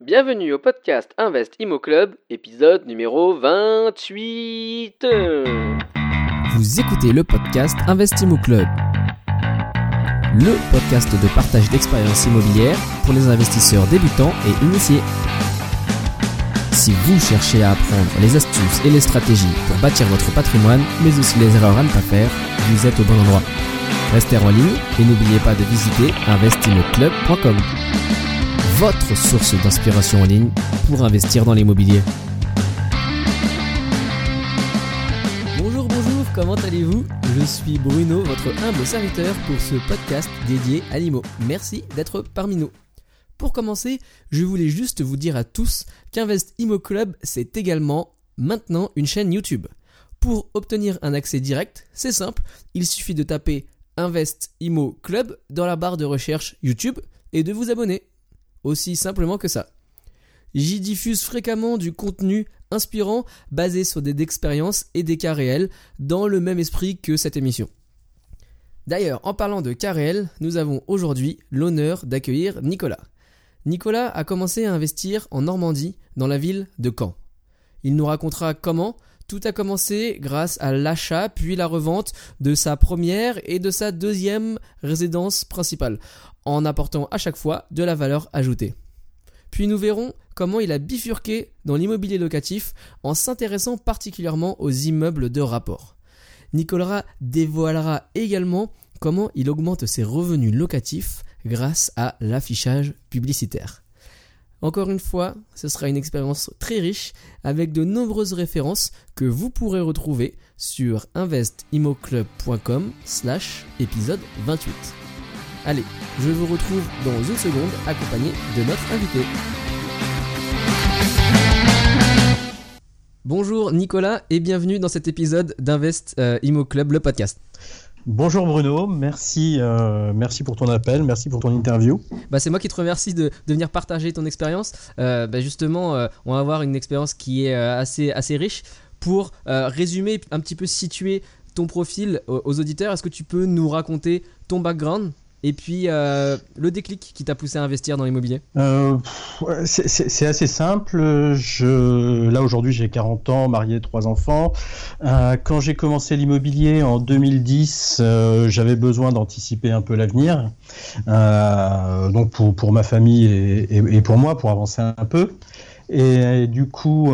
Bienvenue au podcast Invest Immo Club, épisode numéro 28. Vous écoutez le podcast Invest Immo Club, le podcast de partage d'expériences immobilières pour les investisseurs débutants et initiés. Si vous cherchez à apprendre les astuces et les stratégies pour bâtir votre patrimoine, mais aussi les erreurs à ne pas faire, vous êtes au bon endroit. Restez en ligne et n'oubliez pas de visiter investimmoclub.com. Votre source d'inspiration en ligne pour investir dans l'immobilier. Bonjour, comment allez-vous ? Je suis Bruno, votre humble serviteur pour ce podcast dédié à l'IMO. Merci d'être parmi nous. Pour commencer, je voulais juste vous dire à tous qu'Invest Immo Club, c'est également maintenant une chaîne YouTube. Pour obtenir un accès direct, c'est simple, il suffit de taper Invest Immo Club dans la barre de recherche YouTube et de vous abonner. Aussi simplement que ça. J'y diffuse fréquemment du contenu inspirant basé sur des expériences et des cas réels dans le même esprit que cette émission. D'ailleurs, en parlant de cas réels, nous avons aujourd'hui l'honneur d'accueillir Nicolas. Nicolas a commencé à investir en Normandie, dans la ville de Caen. Il nous racontera comment tout a commencé grâce à l'achat puis la revente de sa première et de sa deuxième résidence principale, en apportant à chaque fois de la valeur ajoutée. Puis nous verrons comment il a bifurqué dans l'immobilier locatif en s'intéressant particulièrement aux immeubles de rapport. Nicolas dévoilera également comment il augmente ses revenus locatifs grâce à l'affichage publicitaire. Encore une fois, ce sera une expérience très riche avec de nombreuses références que vous pourrez retrouver sur investimmoclub.com/épisode 28. Allez, je vous retrouve dans une seconde accompagné de notre invité. Bonjour Nicolas et bienvenue dans cet épisode d'Invest Immo Club, le podcast. Bonjour Bruno, merci pour ton appel, merci pour ton interview. C'est moi qui te remercie de venir partager ton expérience. Justement, on va avoir une expérience qui est assez riche. Pour résumer, un petit peu situer ton profil aux auditeurs, est-ce que tu peux nous raconter ton background ? Et puis, le déclic qui t'a poussé à investir dans l'immobilier ? C'est assez simple. Là, aujourd'hui, j'ai 40 ans, marié, 3 enfants. Quand j'ai commencé l'immobilier en 2010, j'avais besoin d'anticiper un peu l'avenir. Donc, pour ma famille et pour moi, pour avancer un peu. Et du coup,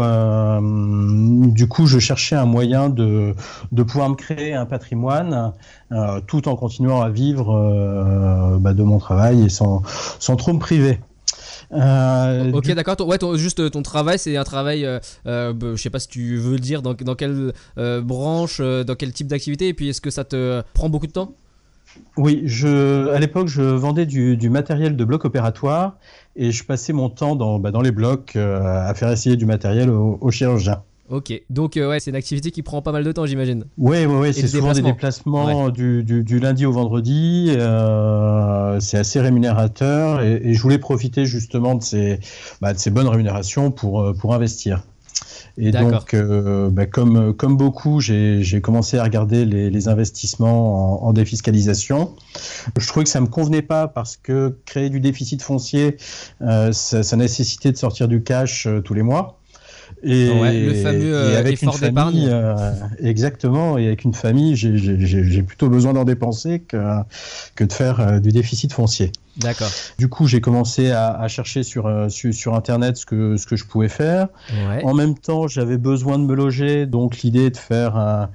je cherchais un moyen de pouvoir me créer un patrimoine tout en continuant à vivre de mon travail et sans trop me priver. Ok, d'accord. Juste ton travail, c'est un travail, je sais pas si tu veux le dire, dans quelle branche, dans quel type d'activité, et puis est-ce que ça te prend beaucoup de temps ? Oui, à l'époque, je vendais du matériel de bloc opératoire et je passais mon temps dans les blocs à faire essayer du matériel aux chirurgiens. Ok, donc c'est une activité qui prend pas mal de temps, j'imagine. Oui, c'est souvent des déplacements du lundi au vendredi. C'est assez rémunérateur et je voulais profiter justement de ces bonnes rémunérations pour investir. Et D'accord. Donc, comme beaucoup, j'ai commencé à regarder les investissements en défiscalisation. Je trouvais que ça me convenait pas parce que créer du déficit foncier, ça nécessitait de sortir du cash tous les mois. Le fameux effort d'épargne. Exactement. Et avec une famille, j'ai plutôt besoin d'en dépenser que de faire du déficit foncier. D'accord. Du coup, j'ai commencé à chercher sur Internet ce que je pouvais faire. Ouais. En même temps, j'avais besoin de me loger, donc l'idée de faire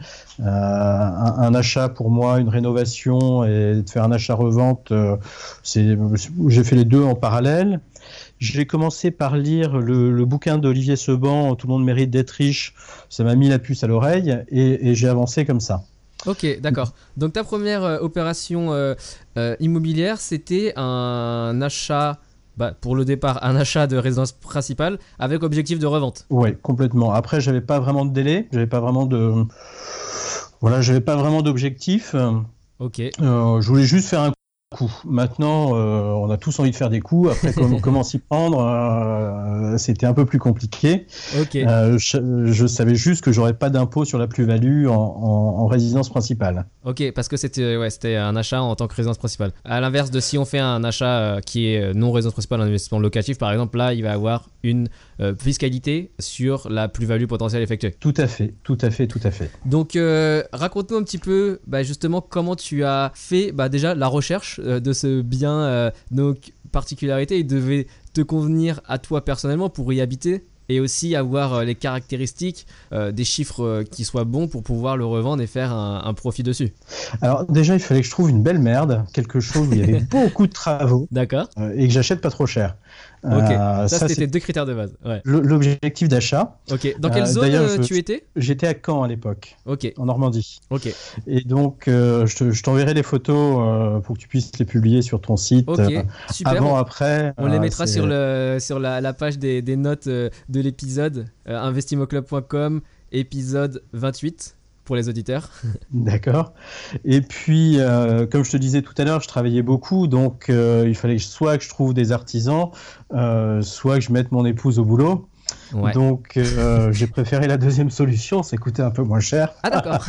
un achat pour moi, une rénovation et de faire un achat-revente, j'ai fait les deux en parallèle. J'ai commencé par lire le bouquin d'Olivier Seban, Tout le monde mérite d'être riche. Ça m'a mis la puce à l'oreille et j'ai avancé comme ça. Ok, d'accord. Donc ta première opération immobilière, c'était un achat, pour le départ, un achat de résidence principale avec objectif de revente. Oui, complètement. Après, j'avais pas vraiment de délai, j'avais pas vraiment d'objectif. Ok. Je voulais juste faire un coup. Maintenant, on a tous envie de faire des coups. Après, comment s'y prendre, c'était un peu plus compliqué. Ok. Je savais juste que j'aurais pas d'impôt sur la plus-value en résidence principale. Ok, parce que c'était un achat en tant que résidence principale. À l'inverse de si on fait un achat qui est non résidence principale, un investissement locatif par exemple, là il va avoir une fiscalité sur la plus-value potentielle effectuée. Tout à fait. Donc raconte-nous un petit peu justement comment tu as fait déjà la recherche de ce bien, nos particularités. Il devait te convenir à toi personnellement pour y habiter et aussi avoir les caractéristiques des chiffres qui soient bons pour pouvoir le revendre et faire un profit dessus. Alors déjà, il fallait que je trouve une belle merde, quelque chose où il y avait beaucoup de travaux. D'accord. Et que j'achète pas trop cher. Ok, ça c'était tes 2 critères de base. Ouais. L'objectif d'achat. Ok, dans quelle zone tu étais ? J'étais à Caen à l'époque, en Normandie. Ok. Et donc, je t'enverrai les photos pour que tu puisses les publier sur ton site. Ok, super. Avant, après. On les mettra sur la page des notes de l'épisode, investimoclub.com, épisode 28. Pour les auditeurs. D'accord. Et puis, comme je te disais tout à l'heure, je travaillais beaucoup, donc il fallait soit que je trouve des artisans, soit que je mette mon épouse au boulot. Ouais. Donc, j'ai préféré la deuxième solution, ça coûtait un peu moins cher. Ah d'accord.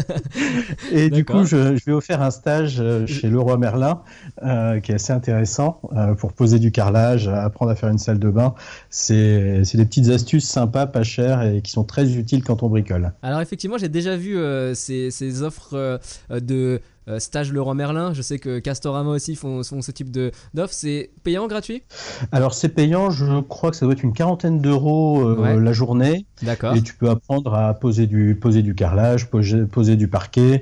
Et du coup, je lui ai offert un stage chez Leroy Merlin, qui est assez intéressant, pour poser du carrelage, apprendre à faire une salle de bain. C'est des petites astuces sympas, pas chères, et qui sont très utiles quand on bricole. Alors effectivement, j'ai déjà vu ces offres de stage Leroy Merlin. Je sais que Castorama aussi font ce type d'offres. C'est payant, gratuit ? Alors c'est payant, je crois que ça doit être une quarantaine d'euros la journée. D'accord. Et tu peux apprendre à poser du carrelage, poser du parquet,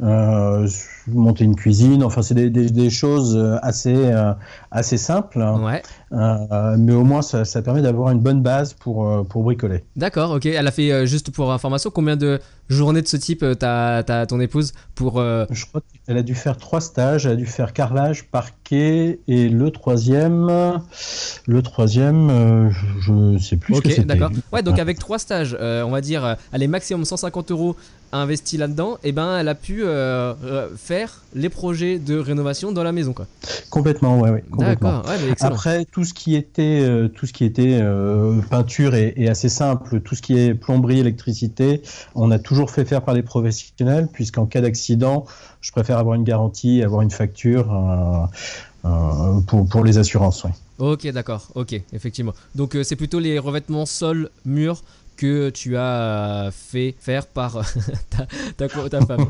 monter une cuisine. Enfin, c'est des choses assez simples. Ouais. Mais au moins, ça permet d'avoir une bonne base pour bricoler. D'accord, ok. Elle a fait, juste pour information, combien de journées de ce type t'as ton épouse pour... Je crois qu'elle a dû faire 3 stages. Elle a dû faire carrelage, parquet, et le troisième, je ne sais plus ce que c'était. Ok, d'accord. Ouais, donc avec 3 stages, on va dire, allez, maximum 150 € investi là-dedans, et ben elle a pu faire les projets de rénovation dans la maison, quoi. Complètement, ouais, complètement. D'accord, ouais, mais excellent. Après, tout ce qui était peinture est assez simple. Tout ce qui est plomberie, électricité, on a toujours fait faire par les professionnels, puisqu'en cas d'accident, je préfère avoir une garantie, avoir une facture pour les assurances. Ouais. Ok, d'accord, ok, effectivement. Donc c'est plutôt les revêtements sol, mur que tu as fait faire par ta femme.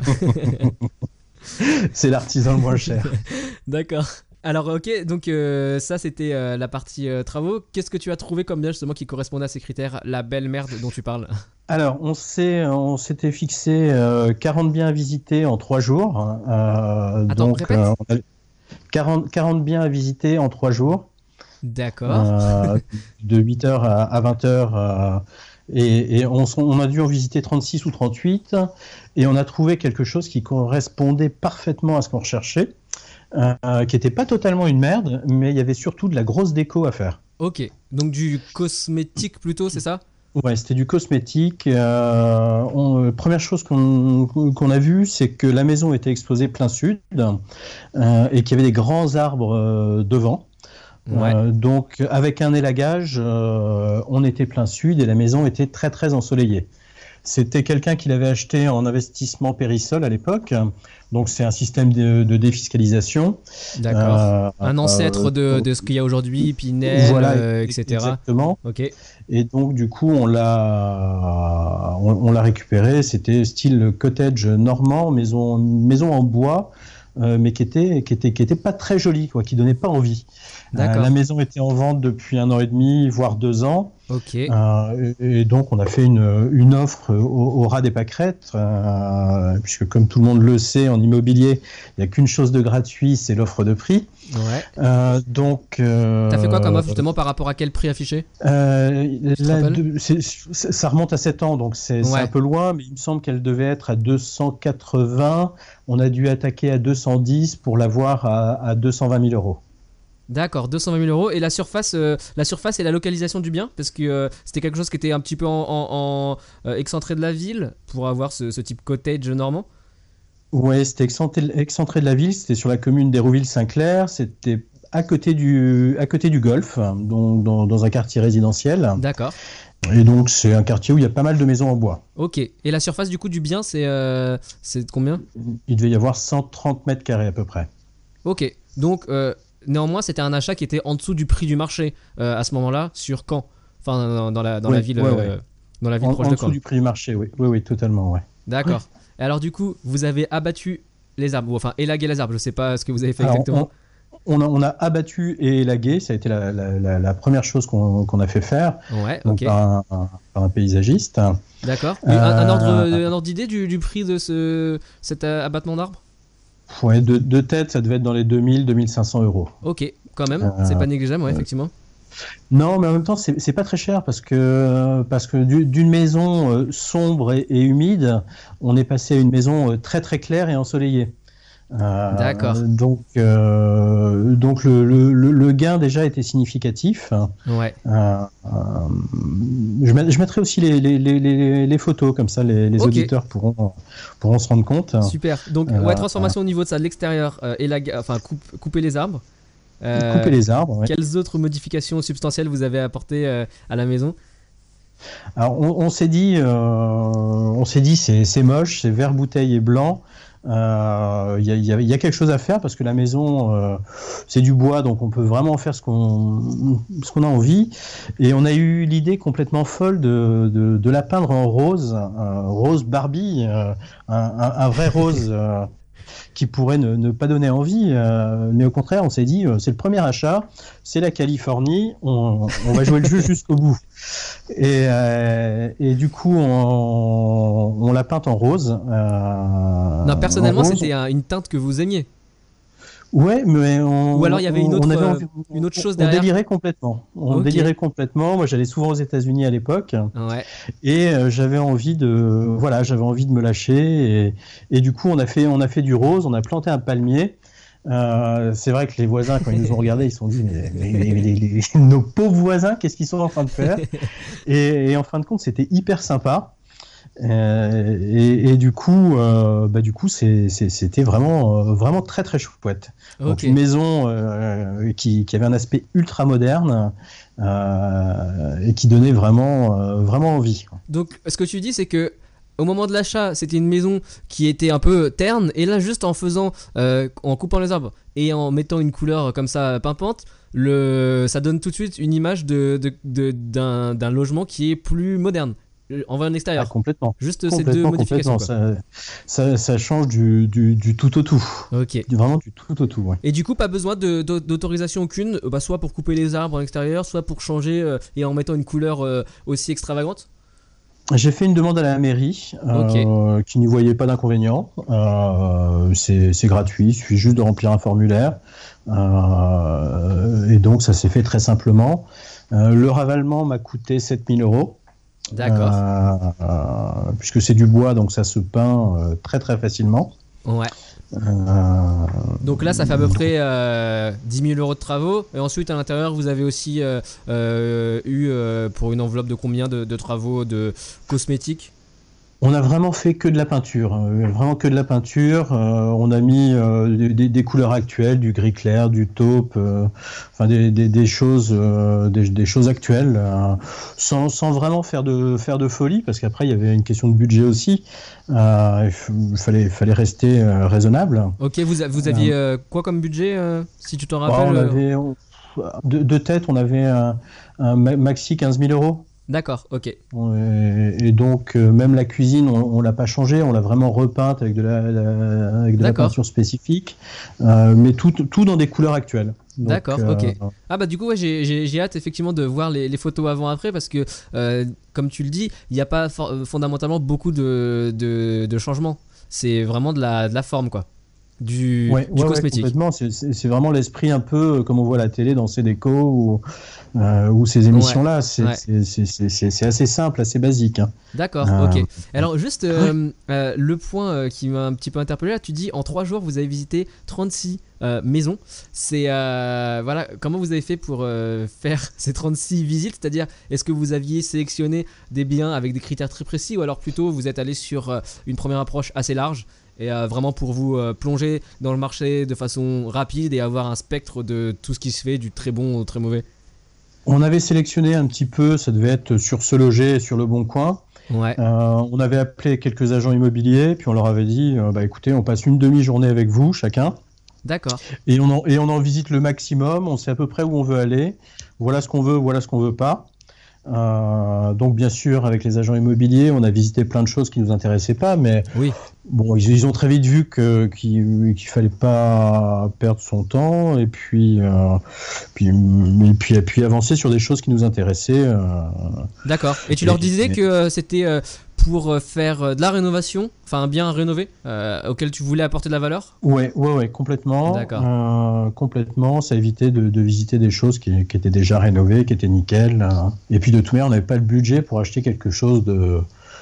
C'est l'artisan le moins cher. D'accord. Alors ok, donc ça c'était la partie travaux. Qu'est-ce que tu as trouvé comme bien justement qui correspondait à ces critères, la belle merde dont tu parles ? Alors on s'était fixé 40 biens à visiter en 3 jours. Attends, donc, répète. 40 biens à visiter en 3 jours. D'accord. De 8h à 20h. Et on a dû en visiter 36 ou 38. Et on a trouvé quelque chose qui correspondait parfaitement à ce qu'on recherchait. Qui n'était pas totalement une merde, mais il y avait surtout de la grosse déco à faire. Ok, donc du cosmétique plutôt, c'est ça ? Ouais, c'était du cosmétique. Première chose qu'on a vue, c'est que la maison était exposée plein sud et qu'il y avait des grands arbres devant. Ouais. Donc avec un élagage, on était plein sud et la maison était très très ensoleillée. C'était quelqu'un qui l'avait acheté en investissement Périsol à l'époque. Donc c'est un système de défiscalisation. D'accord. Un ancêtre de ce qu'il y a aujourd'hui, Pinel, voilà, etc. Exactement. Ok. Et donc du coup on l'a récupéré. C'était style cottage normand, maison en bois, mais qui était pas très jolie, quoi, qui donnait pas envie. La maison était en vente depuis 1 an et demi, voire 2 ans. Ok. Et donc on a fait une offre au ras des pâquerettes, puisque comme tout le monde le sait en immobilier, il n'y a qu'une chose de gratuit, c'est l'offre de prix. Ouais. Donc. T'as fait quoi comme offre justement par rapport à quel prix affiché ? Ça remonte à 7 ans, donc c'est un peu loin, mais il me semble qu'elle devait être à 280. On a dû attaquer à 210 pour l'avoir à 220 000 €. D'accord, 220 000 €. Et la surface et la localisation du bien, parce que c'était quelque chose qui était un petit peu excentré de la ville pour avoir ce type cottage normand. Ouais, c'était excentré de la ville, c'était sur la commune d'Hérouville-Saint-Clair, c'était à côté du Golfe, donc dans un quartier résidentiel. D'accord. Et donc c'est un quartier où il y a pas mal de maisons en bois. Ok. Et la surface du coup du bien, c'est de combien? Il devait y avoir 130 mètres carrés à peu près. Ok. Donc néanmoins, c'était un achat qui était en dessous du prix du marché à ce moment-là sur Caen. Enfin, dans la ville, ouais. dans la ville proche En de dessous Caen. du prix du marché, oui. Oui, totalement, ouais. D'accord. Et alors du coup, vous avez abattu les arbres, ou enfin élagué les arbres. Je sais pas ce que vous avez fait Alors, exactement. on a abattu et élagué, ça a été la première chose qu'on a fait faire, Ouais. donc Ok. par un paysagiste. D'accord. Un ordre d'idée du prix de cet abattement d'arbres? Ouais, de tête, ça devait être dans les 2000-2500 euros. Ok. Quand même. C'est pas négligeable, ouais, effectivement. Non, mais en même temps, c'est pas très cher parce que d'une maison sombre et humide, on est passé à une maison très très claire et ensoleillée. D'accord. Donc le gain déjà était significatif. Ouais. Je mettrai aussi les photos, comme ça les Ok. auditeurs pourront se rendre compte. Super. Donc transformation au niveau de ça, de l'extérieur, couper les arbres. Couper les arbres. Ouais. Quelles autres modifications substantielles vous avez apportées à la maison? Alors on s'est dit c'est moche, c'est vert bouteille et blanc. Il y a quelque chose à faire parce que la maison c'est du bois, donc on peut vraiment faire ce qu'on a envie. Et on a eu l'idée complètement folle de la peindre en rose, rose Barbie, un vrai rose. Qui pourrait ne pas donner envie, mais au contraire, on s'est dit, c'est le premier achat, c'est la Californie, on va jouer le jeu jusqu'au bout. Et du coup, on l'a peinte en rose. Non, personnellement, c'était une teinte que vous aimiez. Ouais, mais ou alors il y avait une autre chose derrière. On délirait complètement. Délirait complètement. Moi, j'allais souvent aux États-Unis à l'époque, ouais. et j'avais envie de me lâcher. Et du coup, on a fait du rose. On a planté un palmier. C'est vrai que les voisins, quand ils nous ont regardés, ils se sont dit mais nos pauvres voisins, qu'est-ce qu'ils sont en train de faire? Et en fin de compte, c'était hyper sympa. Et du coup, c'était vraiment très très chouette. Okay. Donc une maison qui avait un aspect ultra moderne et qui donnait vraiment envie. Donc ce que tu dis, c'est que au moment de l'achat, c'était une maison qui était un peu terne, et là juste en coupant les arbres et en mettant une couleur comme ça pimpante, ça donne tout de suite une image d'un logement qui est plus moderne. En voyant l'extérieur. Complètement. Juste ces deux modifications. Ça change du tout au tout. Ok. Vraiment du tout au tout. Ouais. Et du coup, pas besoin d'autorisation aucune, soit pour couper les arbres à l'extérieur, soit pour changer et en mettant une couleur aussi extravagante. J'ai fait une demande à la mairie qui n'y voyait pas d'inconvénient. C'est gratuit, il suffit juste de remplir un formulaire. Et donc ça s'est fait très simplement. Le ravalement m'a coûté 7 000 €. D'accord. Puisque c'est du bois, donc ça se peint très très facilement. Ouais. Donc là, ça fait à peu près 10 000 € de travaux. Et ensuite, à l'intérieur, vous avez aussi eu pour une enveloppe de combien de travaux de cosmétiques? On a vraiment fait que de la peinture, on a mis des couleurs actuelles, du gris clair, du taupe, des choses actuelles, sans vraiment faire de folie, parce qu'après il y avait une question de budget aussi. Il fallait rester raisonnable. Ok, vous aviez quoi comme budget, si tu t'en rappelles? De tête, on avait un maxi 15 000 €. D'accord, ok. Et donc, même la cuisine, on l'a pas changée, on l'a vraiment repeinte avec de la peinture spécifique, mais tout dans des couleurs actuelles. Donc, d'accord, ok. Ah bah du coup, ouais, j'ai hâte effectivement de voir les photos avant-après, parce que, comme tu le dis, il n'y a pas fondamentalement beaucoup de changements. C'est vraiment de la forme, quoi. Du cosmétique. Complètement, c'est vraiment l'esprit un peu comme on voit à la télé dans ces décos ou ces émissions-là. C'est assez simple, assez basique. Hein. D'accord, ok. Alors juste le point qui m'a un petit peu interpellé là, tu dis en 3 jours vous avez visité 36 maisons. C'est voilà, comment vous avez fait pour faire ces 36 visites? C'est-à-dire, est-ce que vous aviez sélectionné des biens avec des critères très précis, ou alors plutôt vous êtes allé sur une première approche assez large et vraiment pour vous plonger dans le marché de façon rapide et avoir un spectre de tout ce qui se fait, du très bon au très mauvais? On avait sélectionné un petit peu, ça devait être sur Se Loger et sur Le Bon Coin. Ouais. On avait appelé quelques agents immobiliers, puis on leur avait dit écoutez, on passe une demi-journée avec vous chacun. D'accord. Et on en visite le maximum, on sait à peu près où on veut aller, voilà ce qu'on veut pas. Donc bien sûr, avec les agents immobiliers, on a visité plein de choses qui nous intéressaient pas, mais oui. Bon, ils ont très vite vu qu'il fallait pas perdre son temps et puis avancer sur des choses qui nous intéressaient. D'accord. Et tu leur disais que c'était pour faire de la rénovation, enfin un bien rénové, auquel tu voulais apporter de la valeur? Ouais, complètement. D'accord. Complètement, ça évitait de visiter des choses qui étaient déjà rénovées, qui étaient nickel. Et puis de toute manière, on n'avait pas le budget pour acheter quelque chose de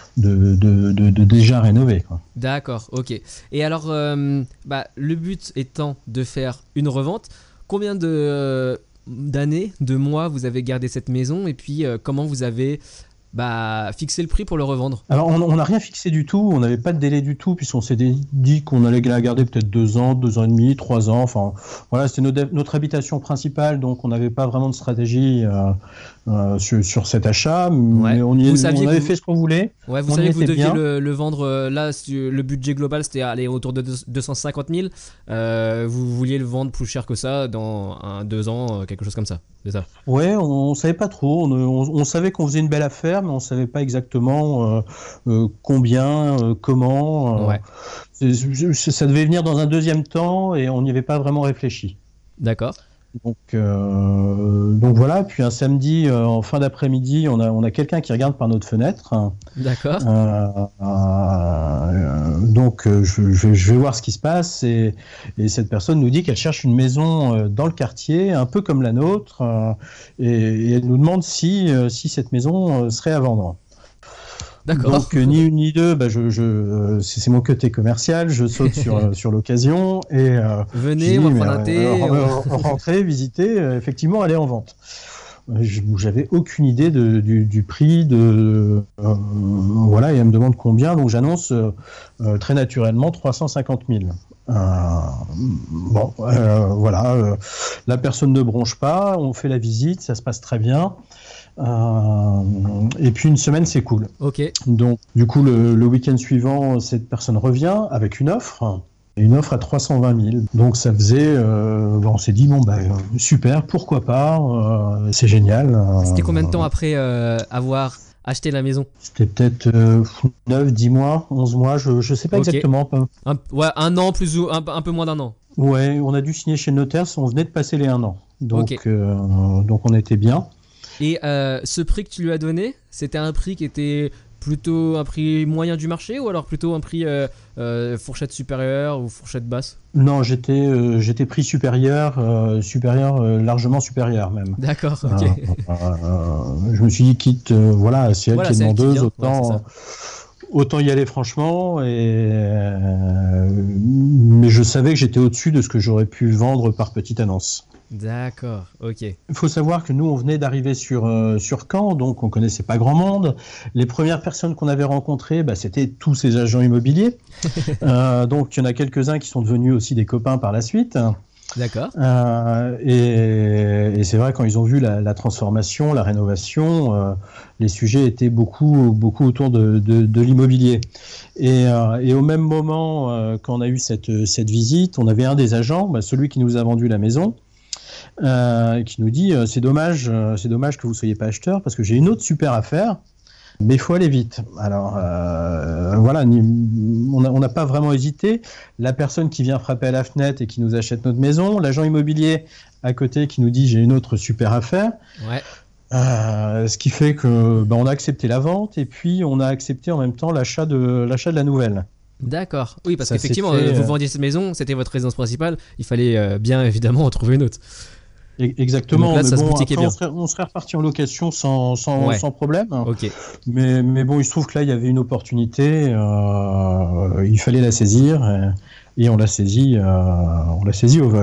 déjà rénové, quoi. D'accord, ok. Et alors, le but étant de faire une revente, combien d'années, de mois vous avez gardé cette maison et puis comment vous avez fixé le prix pour le revendre? Alors on n'a rien fixé du tout, on n'avait pas de délai du tout, puisqu'on s'est dit qu'on allait la garder peut-être 2 ans, 2 ans et demi, 3 ans, enfin voilà, c'était notre habitation principale, donc on n'avait pas vraiment de stratégie sur cet achat, mais on avait fait ce qu'on voulait. Ouais, vous saviez que vous deviez le vendre, là le budget global c'était aller autour de 250 000, vous vouliez le vendre plus cher que ça dans 2 ans, quelque chose comme ça, c'est ça? Ouais, on savait pas trop, on savait qu'on faisait une belle affaire, mais on savait pas exactement combien, comment. Ouais. Ça devait venir dans un deuxième temps et on n'y avait pas vraiment réfléchi. D'accord. Donc voilà, puis un samedi en fin d'après-midi, on a quelqu'un qui regarde par notre fenêtre. D'accord. Donc je vais voir ce qui se passe et cette personne nous dit qu'elle cherche une maison dans le quartier, un peu comme la nôtre, et elle nous demande si cette maison serait à vendre. D'accord. Donc ni une ni deux, c'est mon côté commercial, je saute sur l'occasion et venez, on va prendre un thé, rentrer, visiter, effectivement elle est en vente. J'avais aucune idée du prix voilà, et elle me demande combien, donc j'annonce très naturellement 350 000. Voilà, la personne ne bronche pas, on fait la visite, ça se passe très bien. Et puis une semaine s'écoule. Ok. Donc du coup le week-end suivant, cette personne revient avec une offre à 320 000. Donc ça faisait, on s'est dit super, pourquoi pas, c'est génial. C'était combien de temps après avoir acheté la maison? C'était peut-être 9, 10 mois, 11 mois, je sais pas exactement. Un an plus ou un peu moins d'1 an. Ouais, on a dû signer chez le notaire, on venait de passer les 1 an. Donc on était bien. Et ce prix que tu lui as donné, c'était un prix qui était plutôt un prix moyen du marché ou alors plutôt un prix fourchette supérieure ou fourchette basse? Non, j'étais prix supérieur, largement supérieur même. D'accord, ok. Je me suis dit, quitte, c'est elle qui est demandeuse, autant y aller franchement, mais je savais que j'étais au-dessus de ce que j'aurais pu vendre par petite annonce. D'accord, ok. Il faut savoir que nous, on venait d'arriver sur Caen, donc on connaissait pas grand monde. Les premières personnes qu'on avait rencontrées, c'était tous ces agents immobiliers. Donc il y en a quelques-uns qui sont devenus aussi des copains par la suite. D'accord. Et c'est vrai, quand ils ont vu la transformation, la rénovation, les sujets étaient beaucoup autour de l'immobilier. Et au même moment, quand on a eu cette visite, on avait un des agents, celui qui nous a vendu la maison, qui nous dit c'est dommage que vous soyez pas acheteur parce que j'ai une autre super affaire, mais il faut aller vite. Alors voilà, on n'a pas vraiment hésité. La personne qui vient frapper à la fenêtre et qui nous achète notre maison, l'agent immobilier à côté qui nous dit j'ai une autre super affaire. Ouais. Ce qui fait que on a accepté la vente et puis on a accepté en même temps l'achat de la nouvelle. D'accord. Oui, parce qu'effectivement, vous vendiez cette maison, c'était votre résidence principale, il fallait bien évidemment en trouver une autre. Exactement, là, mais après, on serait reparti en location sans problème. Ok. Mais bon, il se trouve que là, il y avait une opportunité, il fallait la saisir et on l'a saisie au vol.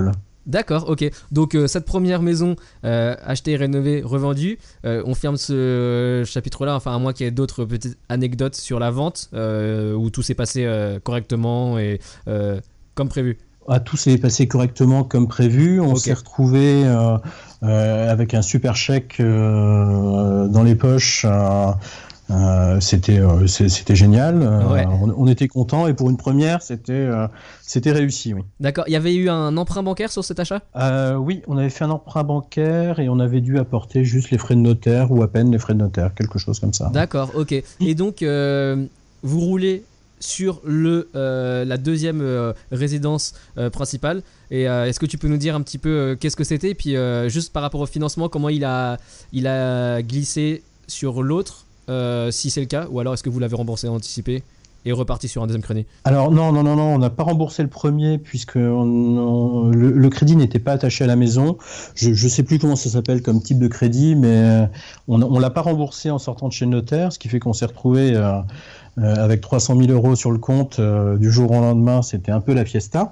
D'accord, ok. Donc cette première maison achetée, rénovée, revendue, on ferme ce chapitre-là, enfin à moins qu'il y ait d'autres petites anecdotes sur la vente où tout s'est passé correctement et comme prévu. Ah, tout s'est passé correctement comme prévu. On s'est retrouvé avec un super chèque dans les poches. C'était génial. On était contents et pour une première, c'était réussi. Oui. D'accord. Il y avait eu un emprunt bancaire sur cet achat ? Oui, on avait fait un emprunt bancaire et on avait dû apporter juste les frais de notaire ou à peine les frais de notaire, quelque chose comme ça. D'accord, ok. Et donc, vous roulez sur la deuxième résidence principale. Et est-ce que tu peux nous dire un petit peu qu'est-ce que c'était ? Et puis, juste par rapport au financement, comment il a glissé sur l'autre ? Si c'est le cas, ou alors est-ce que vous l'avez remboursé anticipé et reparti sur un deuxième crédit ? Alors non, on n'a pas remboursé le premier puisque le crédit n'était pas attaché à la maison. Je ne sais plus comment ça s'appelle comme type de crédit, mais on l'a pas remboursé en sortant de chez le notaire, ce qui fait qu'on s'est retrouvé avec 300 000 euros sur le compte du jour au lendemain. C'était un peu la fiesta.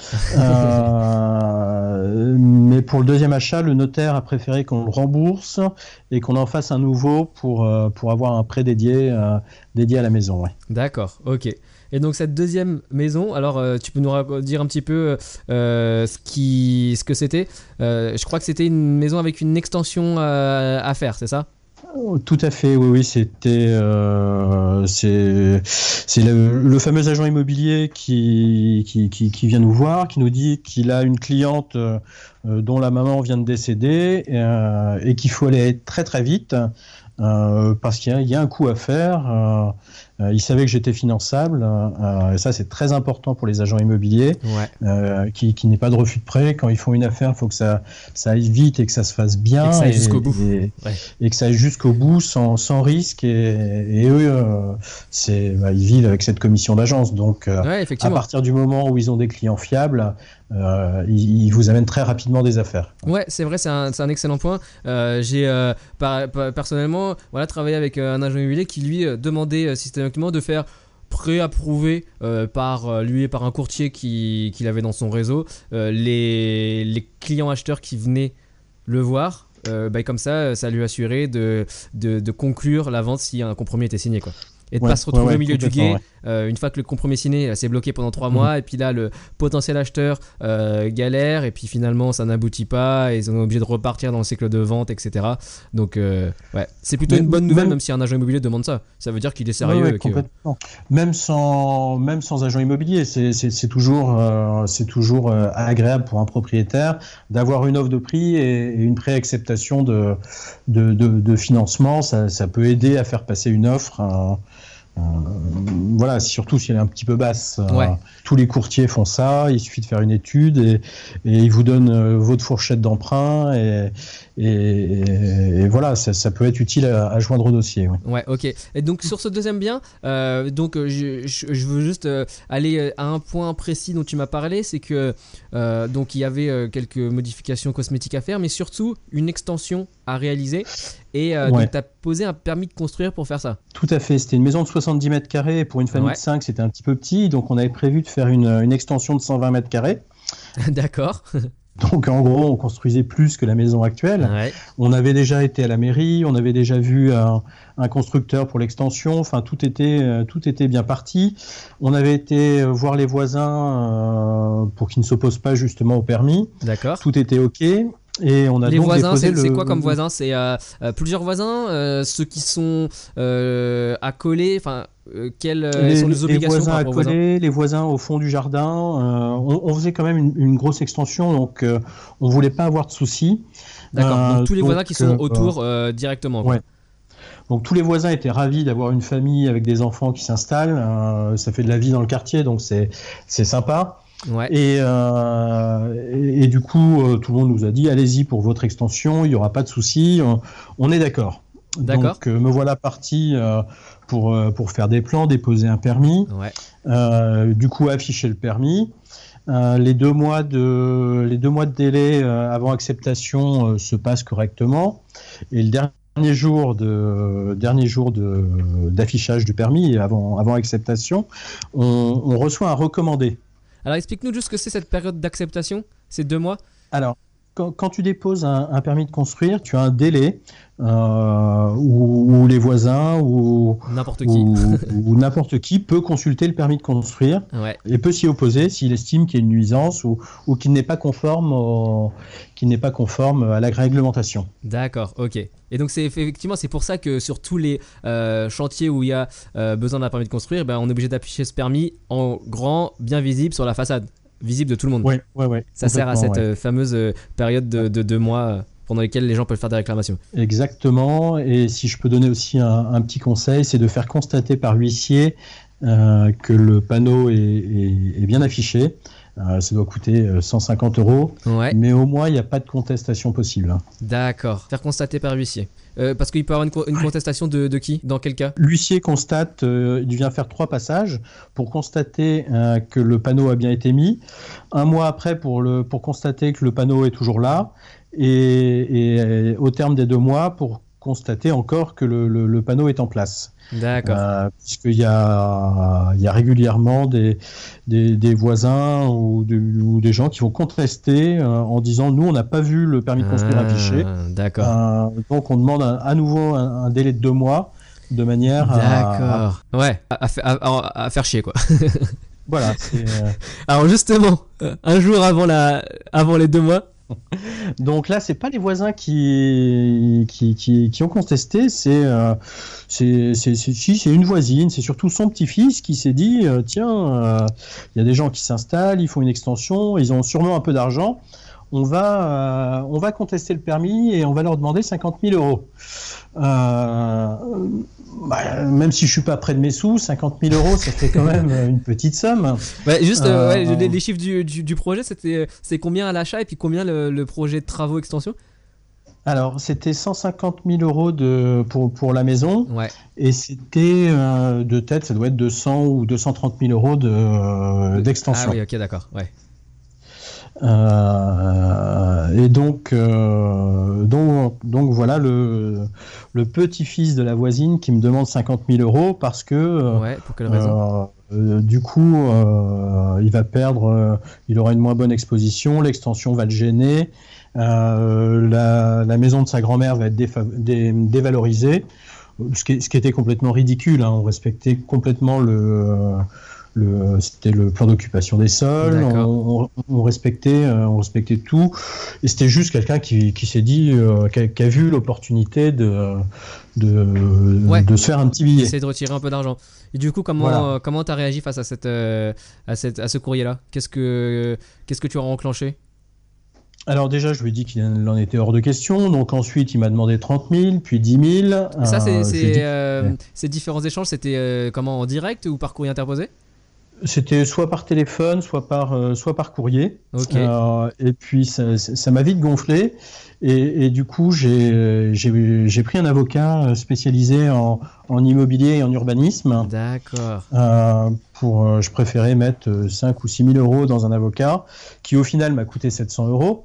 Mais pour le deuxième achat, le notaire a préféré qu'on le rembourse et qu'on en fasse un nouveau pour avoir un prêt dédié à la maison. Ouais. D'accord, ok. Et donc cette deuxième maison, alors tu peux nous dire un petit peu ce que c'était ? Je crois que c'était une maison avec une extension à faire, c'est ça ? Tout à fait, oui, c'était c'est le fameux agent immobilier qui vient nous voir, qui nous dit qu'il a une cliente dont la maman vient de décéder et qu'il faut aller très très vite parce qu'il y a un coup à faire. Il savait que j'étais finançable et ça c'est très important pour les agents immobiliers qui n'aient pas de refus de prêt. Quand ils font une affaire, il faut que ça aille vite et que ça se fasse bien et que ça aille jusqu'au bout et que ça aille jusqu'au bout sans risque et eux ils vivent avec cette commission d'agence, donc à partir du moment où ils ont des clients fiables, ils vous amènent très rapidement des affaires. Ouais, c'est vrai, c'est un excellent point. J'ai personnellement travaillé avec un agent immobilier qui lui demandait systématiquement de faire pré-approuver par lui et par un courtier qu'il avait dans son réseau les clients acheteurs qui venaient le voir. Comme ça lui assurait de conclure la vente si un compromis était signé, quoi. Et de ne pas se retrouver au milieu du gué. Une fois que le compromis est signé, c'est bloqué pendant 3 mois. Et puis là, le potentiel acheteur galère. Et puis finalement, ça n'aboutit pas. Et ils sont obligés de repartir dans le cycle de vente, etc. Donc, c'est plutôt une bonne nouvelle, même si un agent immobilier demande ça. Ça veut dire qu'il est sérieux. Complètement. Même sans agent immobilier, c'est toujours agréable pour un propriétaire d'avoir une offre de prix et une pré-acceptation de financement. Ça peut aider à faire passer une offre. Surtout si elle est un petit peu basse. Tous les courtiers font ça, il suffit de faire une étude et ils vous donnent votre fourchette d'emprunt et voilà, ça peut être utile à joindre au dossier. Ouais, ok. Et donc sur ce deuxième bien, je veux juste aller à un point précis dont tu m'as parlé, c'est que donc il y avait quelques modifications cosmétiques à faire, mais surtout une extension à réaliser. Et donc tu as posé un permis de construire pour faire ça. Tout à fait, c'était une maison de 70 mètres carrés, pour une famille de 5 c'était un petit peu petit, donc on avait prévu de faire une extension de 120 mètres carrés. D'accord. Donc en gros, on construisait plus que la maison actuelle. On avait déjà été à la mairie, on avait déjà vu un constructeur pour l'extension. Enfin, tout était bien parti. On avait été voir les voisins pour qu'ils ne s'opposent pas justement au permis. D'accord. Tout était ok. Et on a les donc voisins, déposé c'est quoi comme voisins ? C'est plusieurs voisins, ceux qui sont accolés, enfin, quelles sont les obligations par rapport aux voisins ? Les voisins au fond du jardin. On faisait quand même une grosse extension, donc on voulait pas avoir de soucis. D'accord, donc tous les voisins qui sont autour directement. Quoi. Ouais. Donc tous les voisins étaient ravis d'avoir une famille avec des enfants qui s'installent. Ça fait de la vie dans le quartier, donc c'est sympa. Ouais. Et du coup, tout le monde nous a dit allez-y pour votre extension, il n'y aura pas de souci, on est d'accord. Donc me voilà parti pour faire des plans, déposer un permis, du coup afficher le permis. Les 2 mois de délai avant acceptation se passent correctement et le dernier jour d'affichage du permis avant acceptation, on reçoit un recommandé. Alors explique-nous juste ce que c'est cette période d'acceptation, ces 2 mois. Alors, quand tu déposes un permis de construire, tu as un délai où les voisins N'importe qui. ou n'importe qui peut consulter le permis de construire Ouais. et peut s'y opposer s'il estime qu'il y a une nuisance ou qu'il n'est pas conforme à la réglementation. D'accord, ok. Et donc effectivement c'est pour ça que sur tous les chantiers où il y a besoin d'un permis de construire, on est obligé d'afficher ce permis en grand, bien visible sur la façade, visible de tout le monde. Ouais. Ça sert à cette fameuse période de 2 mois pendant lesquels les gens peuvent faire des réclamations. Exactement. Et si je peux donner aussi un petit conseil, c'est de faire constater par l'huissier que le panneau est bien affiché. Ça doit coûter 150 €, Ouais. mais au moins il n'y a pas de contestation possible. D'accord. Faire constater par l'huissier. Parce qu'il peut y avoir une contestation de qui? Dans quel cas? L'huissier constate, il vient faire 3 passages pour constater que le panneau a bien été mis. Un mois après pour constater que le panneau est toujours là. Et au terme des 2 mois pour constater encore que le panneau est en place. D'accord. Puisqu'il y a régulièrement des voisins ou des gens qui vont contester en disant nous on n'a pas vu le permis de construire affiché. D'accord. Donc on demande à nouveau un délai de 2 mois de manière D'accord. Ouais, à faire chier quoi. Voilà. Alors justement, un jour avant les 2 mois. Donc là, c'est pas les voisins qui ont contesté, c'est une voisine, c'est surtout son petit-fils qui s'est dit tiens, il y a des gens qui s'installent, ils font une extension, ils ont sûrement un peu d'argent, on va contester le permis et on va leur demander 50 000 €. Même si je suis pas près de mes sous, 50 000 €, ça fait quand même une petite somme. Ouais, juste les chiffres du projet, c'est combien à l'achat et puis combien le projet de travaux extension? Alors, c'était 150 000 € pour la maison, ouais. Et c'était de tête, ça doit être 200 ou 230 000 € d'extension. Ah oui, ok, d'accord, ouais. Et donc voilà le petit-fils de la voisine qui me demande 50 000 € parce que ouais, pour quelle raison? Du coup il va perdre, il aura une moins bonne exposition, l'extension va le gêner, la maison de sa grand-mère va être dévalorisée, ce qui était complètement ridicule, hein. On respectait complètement c'était le plan d'occupation des sols, on respectait tout, et c'était juste quelqu'un qui s'est dit, qui a vu l'opportunité de se faire un petit billet. Essayer de retirer un peu d'argent. Et du coup, comment t'as réagi face à ce courrier-là? Qu'est-ce que tu as enclenché? Alors déjà, je lui ai dit qu'il en était hors de question. Donc ensuite, il m'a demandé 30 000, puis 10 000. Et ça, ces différents échanges, c'était comment, en direct ou par courrier interposé? C'était soit par téléphone, soit par courrier. Okay. Et puis ça m'a vite gonflé. Et du coup, j'ai pris un avocat spécialisé en immobilier et en urbanisme. D'accord. Je préférais mettre 5 ou 6 000 € dans un avocat qui, au final, m'a coûté 700 €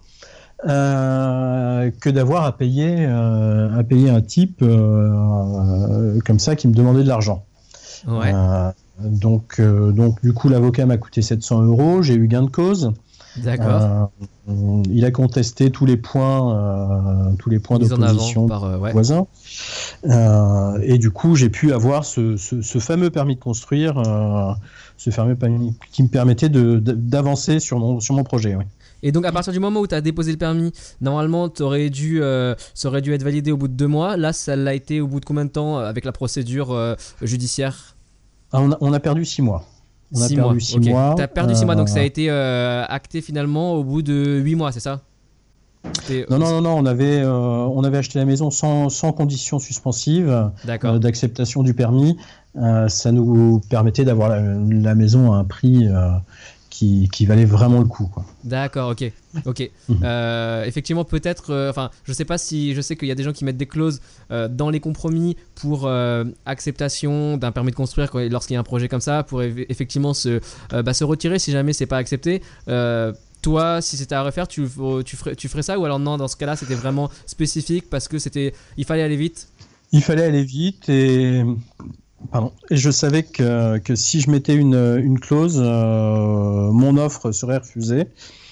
que d'avoir à payer un type comme ça qui me demandait de l'argent. Ouais. Donc du coup, l'avocat m'a coûté 700 €. J'ai eu gain de cause. D'accord. Il a contesté tous les points d'opposition des voisins. Et du coup, j'ai pu avoir ce fameux permis de construire, ce fameux permis qui me permettait d'avancer sur mon projet. Oui. Et donc, à partir du moment où tu as déposé le permis, normalement, ça aurait dû être validé au bout de 2 mois. Là, ça l'a été au bout de combien de temps avec la procédure judiciaire? On a perdu 6 mois. On a perdu 6 mois. Tu as perdu 6 mois, donc ça a été acté finalement au bout de 8 mois, c'est ça? Non, on avait acheté la maison sans condition suspensive d'acceptation du permis. Ça nous permettait d'avoir la maison à un prix qui valait vraiment le coup, quoi. D'accord, ok. Effectivement, peut-être, je sais pas si, je sais qu'il y a des gens qui mettent des clauses dans les compromis pour acceptation d'un permis de construire lorsqu'il y a un projet comme ça, pour effectivement se retirer si jamais c'est pas accepté. Toi, si c'était à refaire, tu ferais ça, ou alors non, dans ce cas-là, c'était vraiment spécifique parce que il fallait aller vite. Il fallait aller vite et je savais que si je mettais une clause, mon offre serait refusée.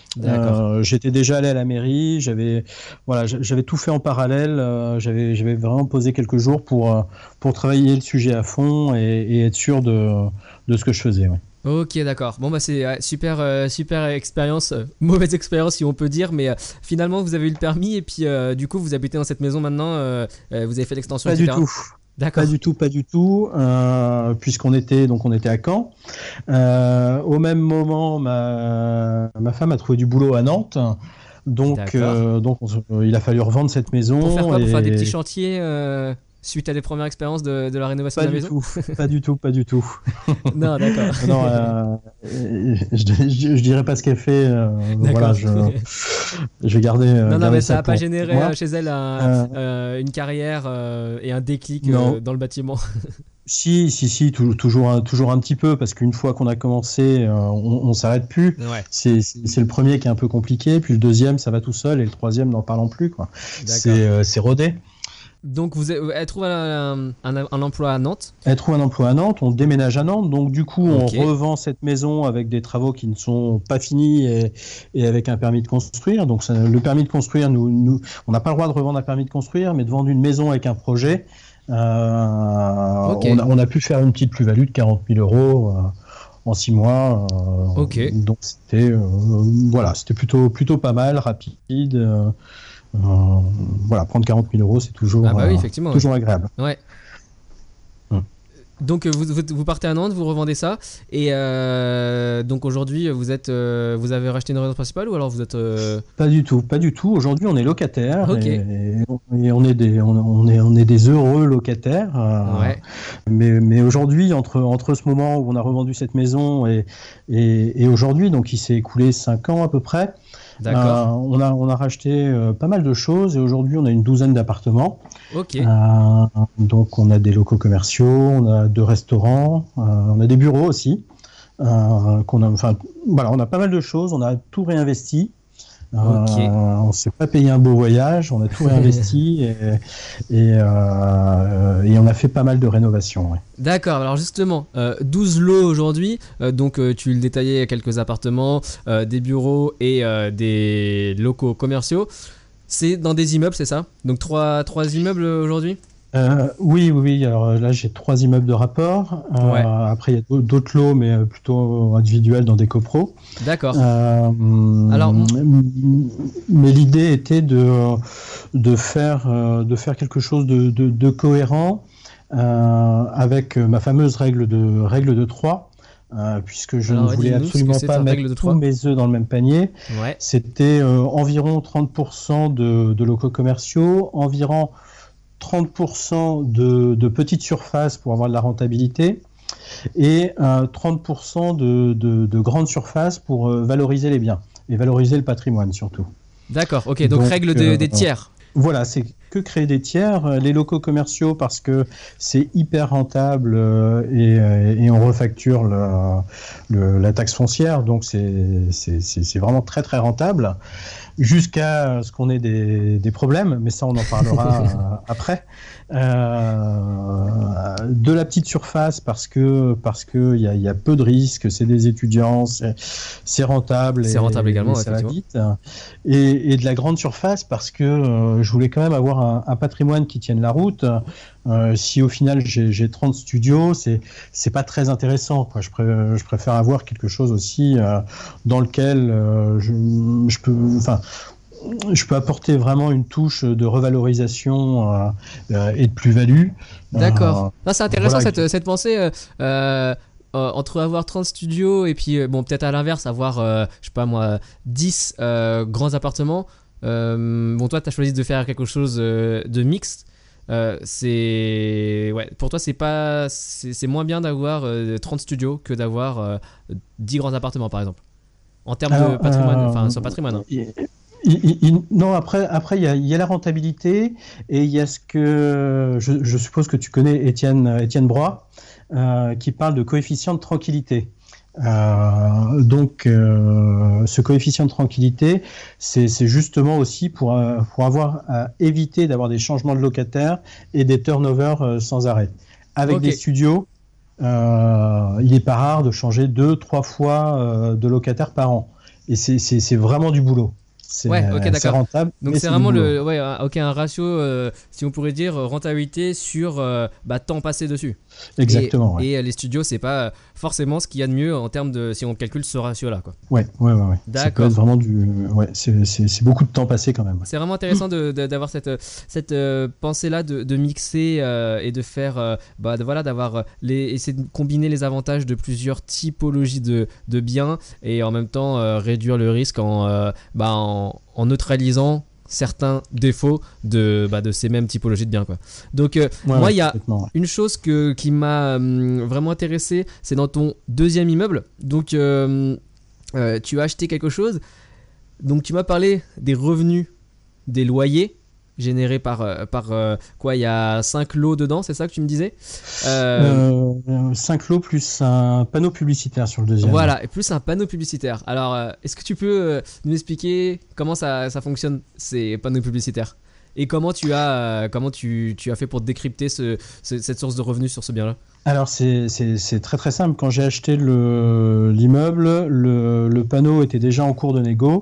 J'étais déjà allé à la mairie, j'avais tout fait en parallèle. J'avais vraiment posé quelques jours pour travailler le sujet à fond et être sûr de ce que je faisais. Ouais. Ok, d'accord. Bon, bah c'est super expérience, mauvaise expérience si on peut dire, mais finalement vous avez eu le permis et puis du coup vous habitez dans cette maison maintenant, vous avez fait l'extension, etc. Pas du tout. D'accord. Pas du tout, puisqu'on était à Caen. Au même moment, ma femme a trouvé du boulot à Nantes, donc il a fallu revendre cette maison. Pour faire quoi? Pour faire des petits chantiers suite à des premières expériences de la rénovation de la maison? Pas du tout. Non, d'accord. Non, je dirais pas ce qu'elle fait. Voilà, je vais garder. Non, mais ça n'a pas généré chez elle une carrière et un déclic dans le bâtiment. Si, toujours un petit peu, parce qu'une fois qu'on a commencé, on s'arrête plus. Ouais. C'est le premier qui est un peu compliqué, puis le deuxième, ça va tout seul, et le troisième, n'en parlons plus, quoi. C'est rodé. Donc elle trouve un emploi à Nantes. Elle trouve un emploi à Nantes, on déménage à Nantes, donc du coup on revend cette maison avec des travaux qui ne sont pas finis et avec un permis de construire. Donc le permis de construire, on n'a pas le droit de revendre un permis de construire, mais de vendre une maison avec un projet, on a pu faire une petite plus-value de 40 000 euros en 6 mois. Donc c'était plutôt pas mal, rapide. Prendre 40 000 euros, c'est toujours agréable. Ouais. Donc vous partez à Nantes, vous revendez ça, et donc aujourd'hui vous avez racheté une résidence principale ou alors vous êtes Pas du tout. Aujourd'hui on est locataire et on est des heureux locataires. Mais aujourd'hui entre ce moment où on a revendu cette maison et aujourd'hui, donc il s'est écoulé 5 ans à peu près. D'accord. On a racheté pas mal de choses et aujourd'hui on a une douzaine d'appartements. Donc on a des locaux commerciaux, on a 2 restaurants, on a des bureaux aussi. On a pas mal de choses, on a tout réinvesti. On s'est pas payé un beau voyage, on a tout réinvesti et on a fait pas mal de rénovations. Ouais. D'accord, alors justement, 12 lots aujourd'hui, donc tu le détaillais, quelques appartements, des bureaux et des locaux commerciaux. C'est dans des immeubles, c'est ça? Donc 3 immeubles aujourd'hui? Oui. Alors là, j'ai 3 immeubles de rapport. Après, il y a d'autres lots, mais plutôt individuels dans des copros. D'accord. Mais l'idée était de faire quelque chose de cohérent avec ma fameuse règle de 3. Puisque je ne voulais absolument pas mettre tous mes œufs dans le même panier. Ouais. C'était environ 30% de locaux commerciaux, environ 30% de petites surfaces pour avoir de la rentabilité et 30% de grandes surfaces pour valoriser les biens et valoriser le patrimoine surtout. D'accord, ok, donc règle des tiers. Voilà, c'est que créer des tiers, les locaux commerciaux parce que c'est hyper rentable et on refacture la taxe foncière, donc c'est vraiment très très rentable. Jusqu'à ce qu'on ait des problèmes, mais ça on en parlera après. De la petite surface parce que il y a peu de risques, c'est des étudiants, c'est rentable. C'est rentable également, ça va vite. Et de la grande surface parce que je voulais quand même avoir un patrimoine qui tienne la route. Si au final j'ai 30 studios, c'est pas très intéressant, quoi. Je préfère avoir quelque chose aussi dans lequel je peux apporter vraiment une touche de revalorisation et de plus-value. D'accord. C'est intéressant cette pensée. Entre avoir 30 studios et puis peut-être à l'inverse avoir 10 grands appartements. Toi tu as choisi de faire quelque chose de mixte. Pour toi c'est moins bien d'avoir 30 studios que d'avoir 10 grands appartements par exemple en termes de patrimoine, sur patrimoine. Non, après il y a la rentabilité et il y a ce que je suppose que tu connais, Étienne Broy, qui parle de coefficient de tranquillité. Ce coefficient de tranquillité, c'est justement aussi pour avoir à éviter d'avoir des changements de locataires et des turnovers sans arrêt. Avec des studios, il n'est pas rare de changer 2-3 fois de locataires par an. et c'est vraiment du boulot. C'est rentable. Donc c'est vraiment un ratio, si on pourrait dire, rentabilité sur temps passé dessus. Exactement. Et les studios, c'est pas forcément ce qu'il y a de mieux en termes de si on calcule ce ratio-là, quoi. Ouais. D'accord. Ça peut être vraiment c'est beaucoup de temps passé quand même. C'est vraiment intéressant d'avoir cette pensée-là de mixer et de faire, d'avoir essayer de combiner les avantages de plusieurs typologies de biens et en même temps réduire le risque en neutralisant certains défauts de ces mêmes typologies de biens, quoi. Donc il y a une chose qui m'a vraiment intéressé, c'est dans ton deuxième immeuble. Donc tu as acheté quelque chose, donc tu m'as parlé des revenus des loyers générés par quoi, il y a 5 lots dedans, c'est ça que tu me disais? 5 lots plus un panneau publicitaire sur le deuxième. Voilà, et plus un panneau publicitaire. Alors, est-ce que tu peux nous expliquer comment ça fonctionne, ces panneaux publicitaires? Et comment tu as fait pour décrypter cette source de revenus sur ce bien-là? Alors, c'est très très simple. Quand j'ai acheté l'immeuble, le panneau était déjà en cours de négo.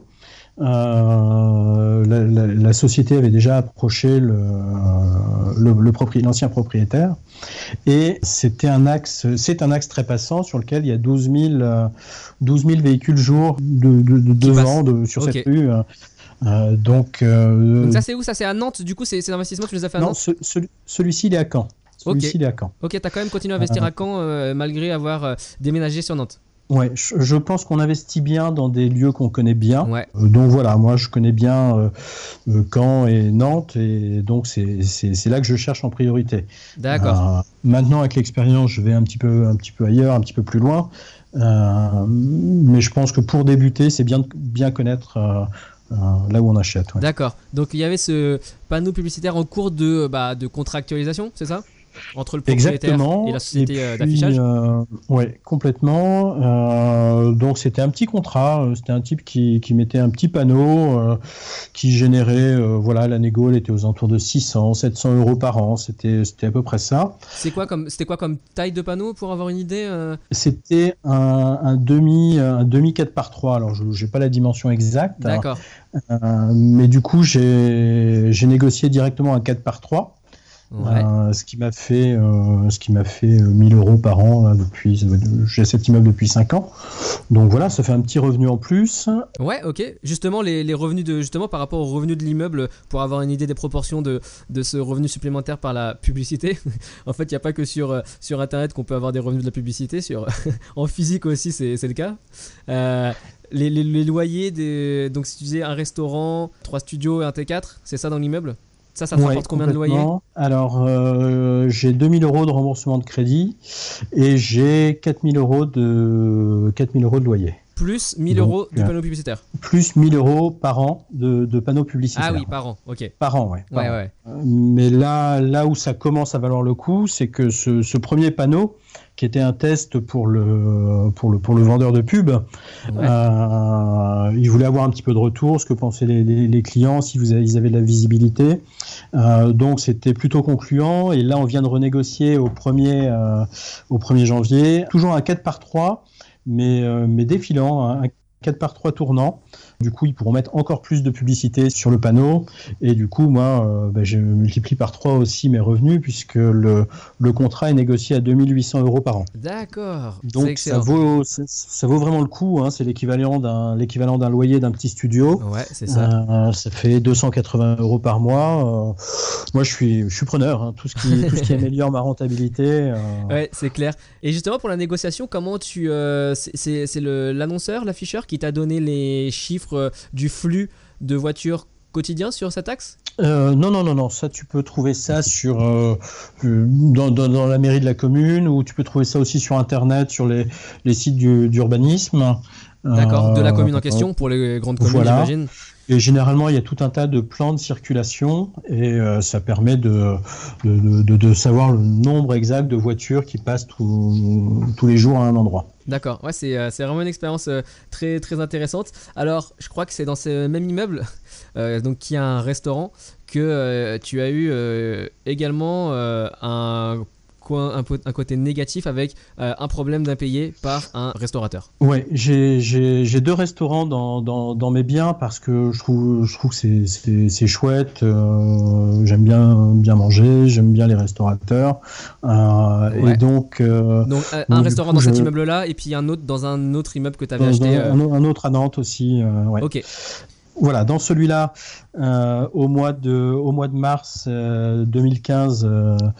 La société avait déjà approché l'ancien propriétaire, et c'est un axe très passant sur lequel il y a 12 000 véhicules jour devant sur cette rue. Donc ça c'est où? Ça c'est à Nantes, du coup c'est l'investissement que tu les as fait à Nantes? Non, celui-ci il est à Caen. Il est à Caen. Ok, t'as quand même continué à investir à Caen malgré avoir déménagé sur Nantes. Ouais, je pense qu'on investit bien dans des lieux qu'on connaît bien. Ouais. Donc voilà, moi je connais bien Caen et Nantes, et donc c'est là que je cherche en priorité. D'accord. Maintenant, avec l'expérience, je vais un petit peu ailleurs, un petit peu plus loin. Mais je pense que pour débuter, c'est bien de bien connaître là où on achète. Ouais. D'accord. Donc il y avait ce panneau publicitaire en cours de contractualisation, c'est ça? Entre le propriétaire et la société d'affichage. Oui, complètement. Donc c'était un petit contrat. C'était un type qui mettait un petit panneau qui générait, la négo, elle était aux alentours de 600-700 euros par an. C'était à peu près ça. C'était quoi comme taille de panneau pour avoir une idée? C'était un demi 4x3. Alors je n'ai pas la dimension exacte. D'accord. Mais du coup j'ai négocié directement un 4x3. Ouais. Ce qui m'a fait 1000 euros par an là, j'ai cet immeuble depuis 5 ans, donc voilà, ça fait un petit revenu en plus. Ouais, ok. Justement, les revenus par rapport aux revenus de l'immeuble, pour avoir une idée des proportions de ce revenu supplémentaire par la publicité. En fait, il n'y a pas que sur internet qu'on peut avoir des revenus de la publicité, en physique aussi c'est le cas. Les loyers donc si tu disais un restaurant, 3 studios et un T4, c'est ça dans l'immeuble? Ça te rapporte combien de loyer? Alors, j'ai 2000 euros de remboursement de crédit et j'ai 4000 euros de loyer. Plus 1000 euros de panneaux publicitaires. Plus 1000 euros par an de panneaux publicitaires. Ah oui, par an, ok. Par an, ouais. Ouais. Mais là où ça commence à valoir le coup, c'est que ce premier panneau, qui était un test pour le vendeur de pub, il voulait avoir un petit peu de retour, ce que pensaient les clients, si ils avaient de la visibilité. Donc c'était plutôt concluant, et là on vient de renégocier au 1er janvier, toujours un 4x3, mais défilant, un 4x3 tournant. Du coup, ils pourront mettre encore plus de publicité sur le panneau. Et du coup, moi, je multiplie par 3 aussi mes revenus, puisque le contrat est négocié à 2800 euros par an. D'accord. Donc ça vaut vraiment le coup. Hein. C'est l'équivalent d'un loyer d'un petit studio. Ouais, c'est ça. Ça fait 280 euros par mois. Moi, je suis preneur. Hein. Tout ce qui améliore ma rentabilité. Ouais, c'est clair. Et justement, pour la négociation, comment c'est l'annonceur, l'afficheur, qui t'a donné les chiffres du flux de voitures quotidien sur cet axe? Non. Ça, tu peux trouver ça dans la mairie de la commune, ou tu peux trouver ça aussi sur Internet, sur les sites d'urbanisme. D'accord, de la commune en question, pour les grandes communes, voilà. J'imagine. Et généralement, il y a tout un tas de plans de circulation, et ça permet de savoir le nombre exact de voitures qui passent tous les jours à un endroit. D'accord, ouais, c'est vraiment une expérience très, très intéressante. Alors, je crois que c'est dans ce même immeuble, donc qui a un restaurant, que tu as eu également un un côté négatif avec un problème d'impayé par un restaurateur. Ouais, j'ai 2 restaurants dans mes biens parce que je trouve que c'est chouette. J'aime bien manger, j'aime bien les restaurateurs. Ouais. Et donc un restaurant dans cet immeuble-là et puis un autre dans un autre immeuble que tu avais acheté. Un autre à Nantes aussi. Ouais. Ok. Voilà, dans celui-là, au mois de mars 2015,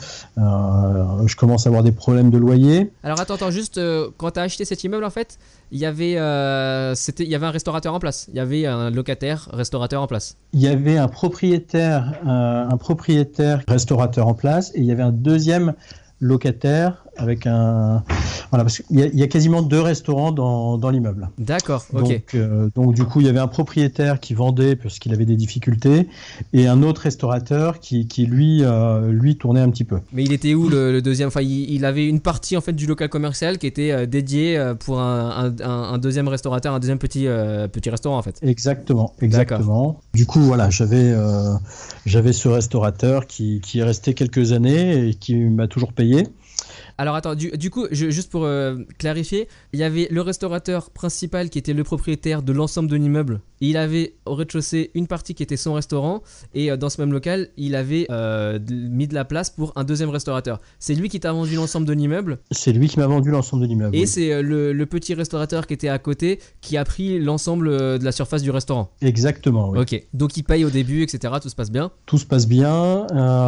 je commence à avoir des problèmes de loyer. Alors attends, juste quand tu as acheté cet immeuble, en fait, il y avait un restaurateur en place. Il y avait un locataire restaurateur en place. Il y avait un propriétaire restaurateur en place et il y avait un deuxième locataire avec un... Voilà, parce qu'il y a quasiment 2 restaurants dans l'immeuble. D'accord, ok. Donc du coup, il y avait un propriétaire qui vendait parce qu'il avait des difficultés et un autre restaurateur qui lui tournait un petit peu. Mais il était où le deuxième ? Enfin, il avait une partie en fait du local commercial qui était dédiée pour un deuxième restaurateur, un deuxième petit restaurant en fait. Exactement. Du coup, voilà, j'avais ce restaurateur qui est resté quelques années et qui m'a toujours payé. Alors attends, du coup, juste pour clarifier, il y avait le restaurateur principal qui était le propriétaire de l'ensemble de l'immeuble. Il avait au rez-de-chaussée une partie qui était son restaurant et dans ce même local, il avait mis de la place pour un deuxième restaurateur. C'est lui qui t'a vendu l'ensemble de l'immeuble ? C'est lui qui m'a vendu l'ensemble de l'immeuble. Et oui. c'est le petit restaurateur qui était à côté qui a pris l'ensemble de la surface du restaurant. Exactement, oui. Ok, donc il paye au début, etc. Tout se passe bien ? Tout se passe bien,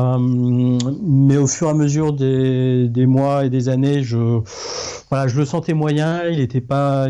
mais au fur et à mesure des mois et des années, je le sentais moyen. Il n'était pas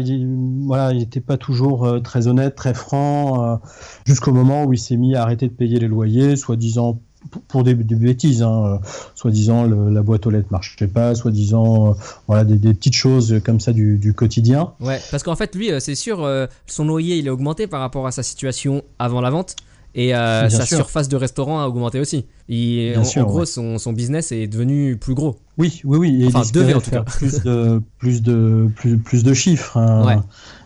toujours très honnête, très franc, jusqu'au moment où il s'est mis à arrêter de payer les loyers, soi-disant pour des bêtises, soi-disant la boîte aux lettres marchait pas, soi-disant des petites choses comme ça du quotidien. Ouais, parce qu'en fait lui, c'est sûr, son loyer il a augmenté par rapport à sa situation avant la vente. Et sa surface de restaurant a augmenté aussi. En gros, son business est devenu plus gros. Oui. Et enfin, il devait en tout faire cas. plus de chiffres. Hein. Ouais.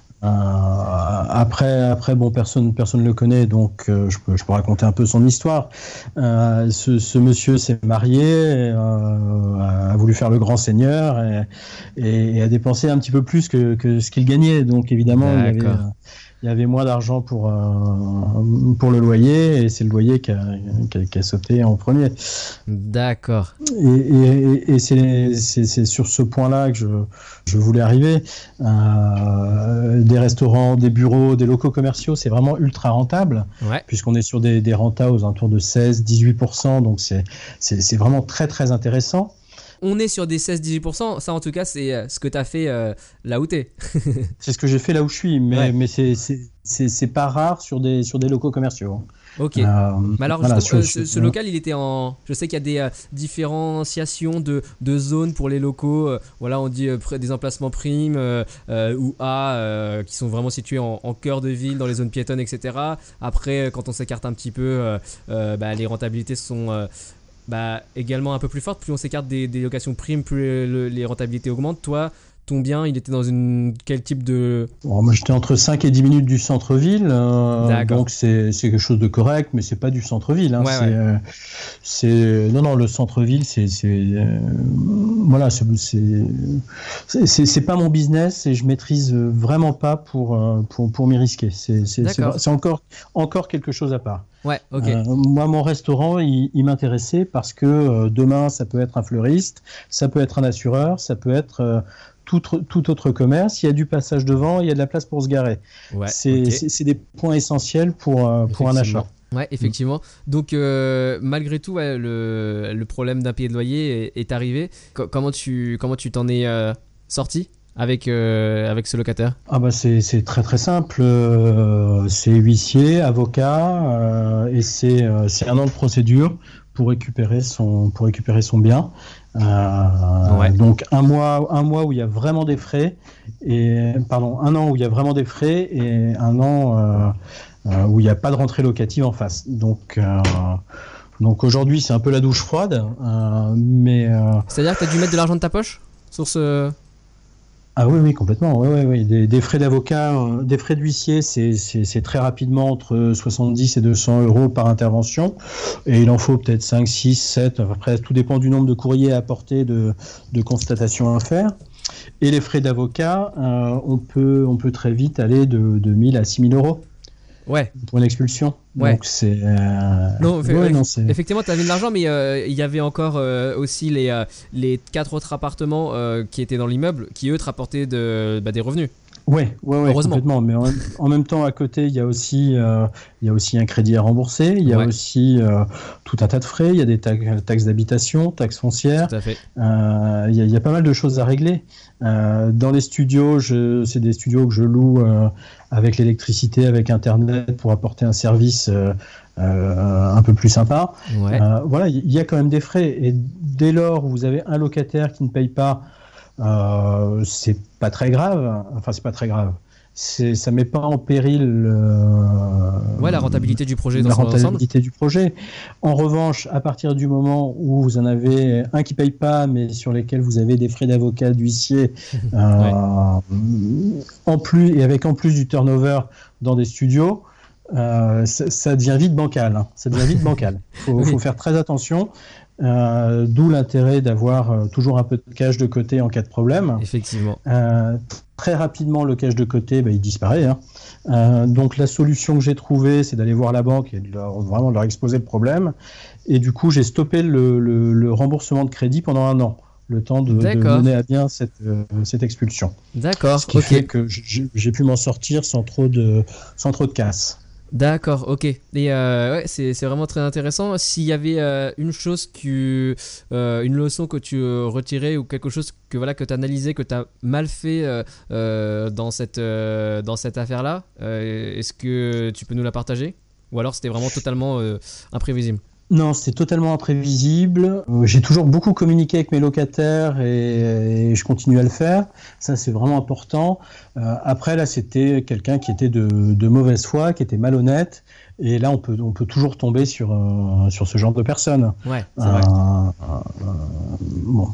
Après, bon, personne le connaît, donc je peux raconter un peu son histoire. Ce monsieur s'est marié, a voulu faire le grand seigneur et a dépensé un petit peu plus que ce qu'il gagnait. Donc évidemment, il y avait moins d'argent pour le loyer et c'est le loyer qui a sauté en premier. D'accord. Et c'est sur ce point-là que je voulais arriver. Des restaurants, des bureaux, des locaux commerciaux, c'est vraiment ultra rentable, puisqu'on est sur des rentas aux alentours de 16-18%, donc c'est vraiment très très intéressant. On est sur des 16-18%, ça en tout cas c'est ce que tu as fait là où t'es. C'est ce que j'ai fait là où je suis, mais c'est pas rare sur des locaux commerciaux. Ok. Mais alors voilà, ce local il était en... Je sais qu'il y a des différenciations de zones pour les locaux. Voilà, on dit des emplacements primes ou A qui sont vraiment situés en cœur de ville, dans les zones piétonnes, etc. Après, quand on s'écarte un petit peu, les rentabilités sont... également un peu plus forte. Plus on s'écarte des locations primes, plus les rentabilités augmentent. Toi, ton bien, il était dans quel type de... Moi, j'étais entre 5 et 10 minutes du centre-ville, donc c'est quelque chose de correct, mais c'est pas du centre-ville. Hein. Non, le centre-ville, c'est pas mon business et je maîtrise vraiment pas pour m'y risquer. C'est encore quelque chose à part. Ouais, ok. Moi, mon restaurant, il m'intéressait parce que demain, ça peut être un fleuriste, ça peut être un assureur, ça peut être tout autre commerce. Il y a du passage devant, il y a de la place pour se garer. Ouais, c'est des points essentiels pour un achat. Ouais, effectivement. Donc, malgré tout, le problème d'impayé de loyer est arrivé. Comment tu t'en es sorti avec ce locataire ? C'est très très simple. C'est huissier, avocat, et c'est 1 an de procédure pour récupérer son bien. Donc un mois où il y a vraiment des frais un an où il y a vraiment des frais et 1 an où il n'y a pas de rentrée locative en face. Donc aujourd'hui c'est un peu la douche froide, mais c'est-à-dire que tu as dû mettre de l'argent de ta poche sur ce... Ah oui, oui, complètement. Oui, oui, oui. Des frais d'avocat, des frais d'huissier, c'est très rapidement entre 70 et 200 euros par intervention. Et il en faut peut-être 5, 6, 7. Après, tout dépend du nombre de courriers à apporter, de constatations à faire. Et les frais d'avocat, on peut très vite aller de 1000 à 6000 euros. Ouais. Pour une expulsion. Ouais. Donc c'est. Effectivement, tu avais de l'argent, mais il y avait encore aussi les 4 autres appartements qui étaient dans l'immeuble qui, eux, te rapportaient des revenus. Ouais, Heureusement. complètement. Mais en même temps, à côté, il y a aussi un crédit à rembourser. Il y a aussi tout un tas de frais. Il y a des taxes d'habitation, taxes foncières. Tout à fait. Il y a pas mal de choses à régler. Dans les studios, c'est des studios que je loue avec l'électricité, avec Internet pour apporter un service un peu plus sympa. Ouais. Voilà, il y a quand même des frais. Et dès lors où vous avez un locataire qui ne paye pas, c'est pas très grave. Enfin, c'est pas très grave. Ça met pas en péril la rentabilité du projet dans la son rentabilité du projet. En revanche, à partir du moment où vous en avez un qui paye pas, mais sur lesquels vous avez des frais d'avocat, d'huissier, en plus et avec en plus du turnover dans des studios, ça devient vite bancal. Hein. Ça devient vite bancal. Faut faire très attention. D'où l'intérêt d'avoir toujours un peu de cash de côté en cas de problème. Effectivement. Très rapidement, le cash de côté, il disparaît. Hein. Donc la solution que j'ai trouvée, c'est d'aller voir la banque et vraiment de leur exposer le problème. Et du coup, j'ai stoppé le remboursement de crédit pendant 1 an, le temps de mener à bien cette expulsion. D'accord. Ce qui fait que j'ai pu m'en sortir sans trop de casse. D'accord, ok. Et c'est vraiment très intéressant. S'il y avait une leçon que tu retirais ou quelque chose que tu as analysé, que tu as mal fait dans cette affaire-là, est-ce que tu peux nous la partager ? Ou alors c'était vraiment totalement imprévisible ? Non, c'était totalement imprévisible. J'ai toujours beaucoup communiqué avec mes locataires et je continue à le faire. Ça, c'est vraiment important. Après, là, c'était quelqu'un qui était de mauvaise foi, qui était malhonnête. Et là, on peut toujours tomber sur ce genre de personnes. Ouais, c'est vrai. Bon,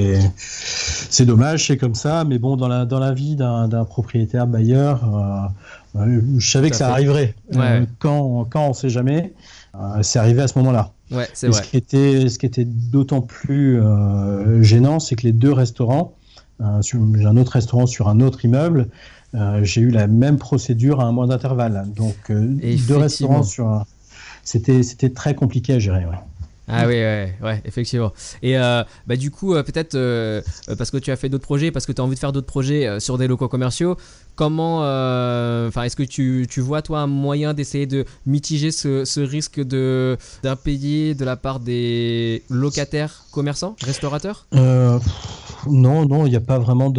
c'est dommage, c'est comme ça. Mais bon, dans la vie d'un propriétaire bailleur, je savais que ça arriverait. Ouais. Quand on ne sait jamais. C'est arrivé à ce moment-là. Ouais, c'est vrai. Ce qui était d'autant plus gênant, c'est que les 2 restaurants, j'ai un autre restaurant sur un autre immeuble, j'ai eu la même procédure à 1 mois d'intervalle. Donc 2 restaurants c'était très compliqué à gérer. Ouais. Ah oui, ouais, effectivement. Et du coup, peut-être parce que tu as fait d'autres projets, parce que tu as envie de faire d'autres projets sur des locaux commerciaux, comment, est-ce que tu vois, toi, un moyen d'essayer de mitiger ce risque d'impayé de la part des locataires commerçants, restaurateurs ? Non, il n'y a pas vraiment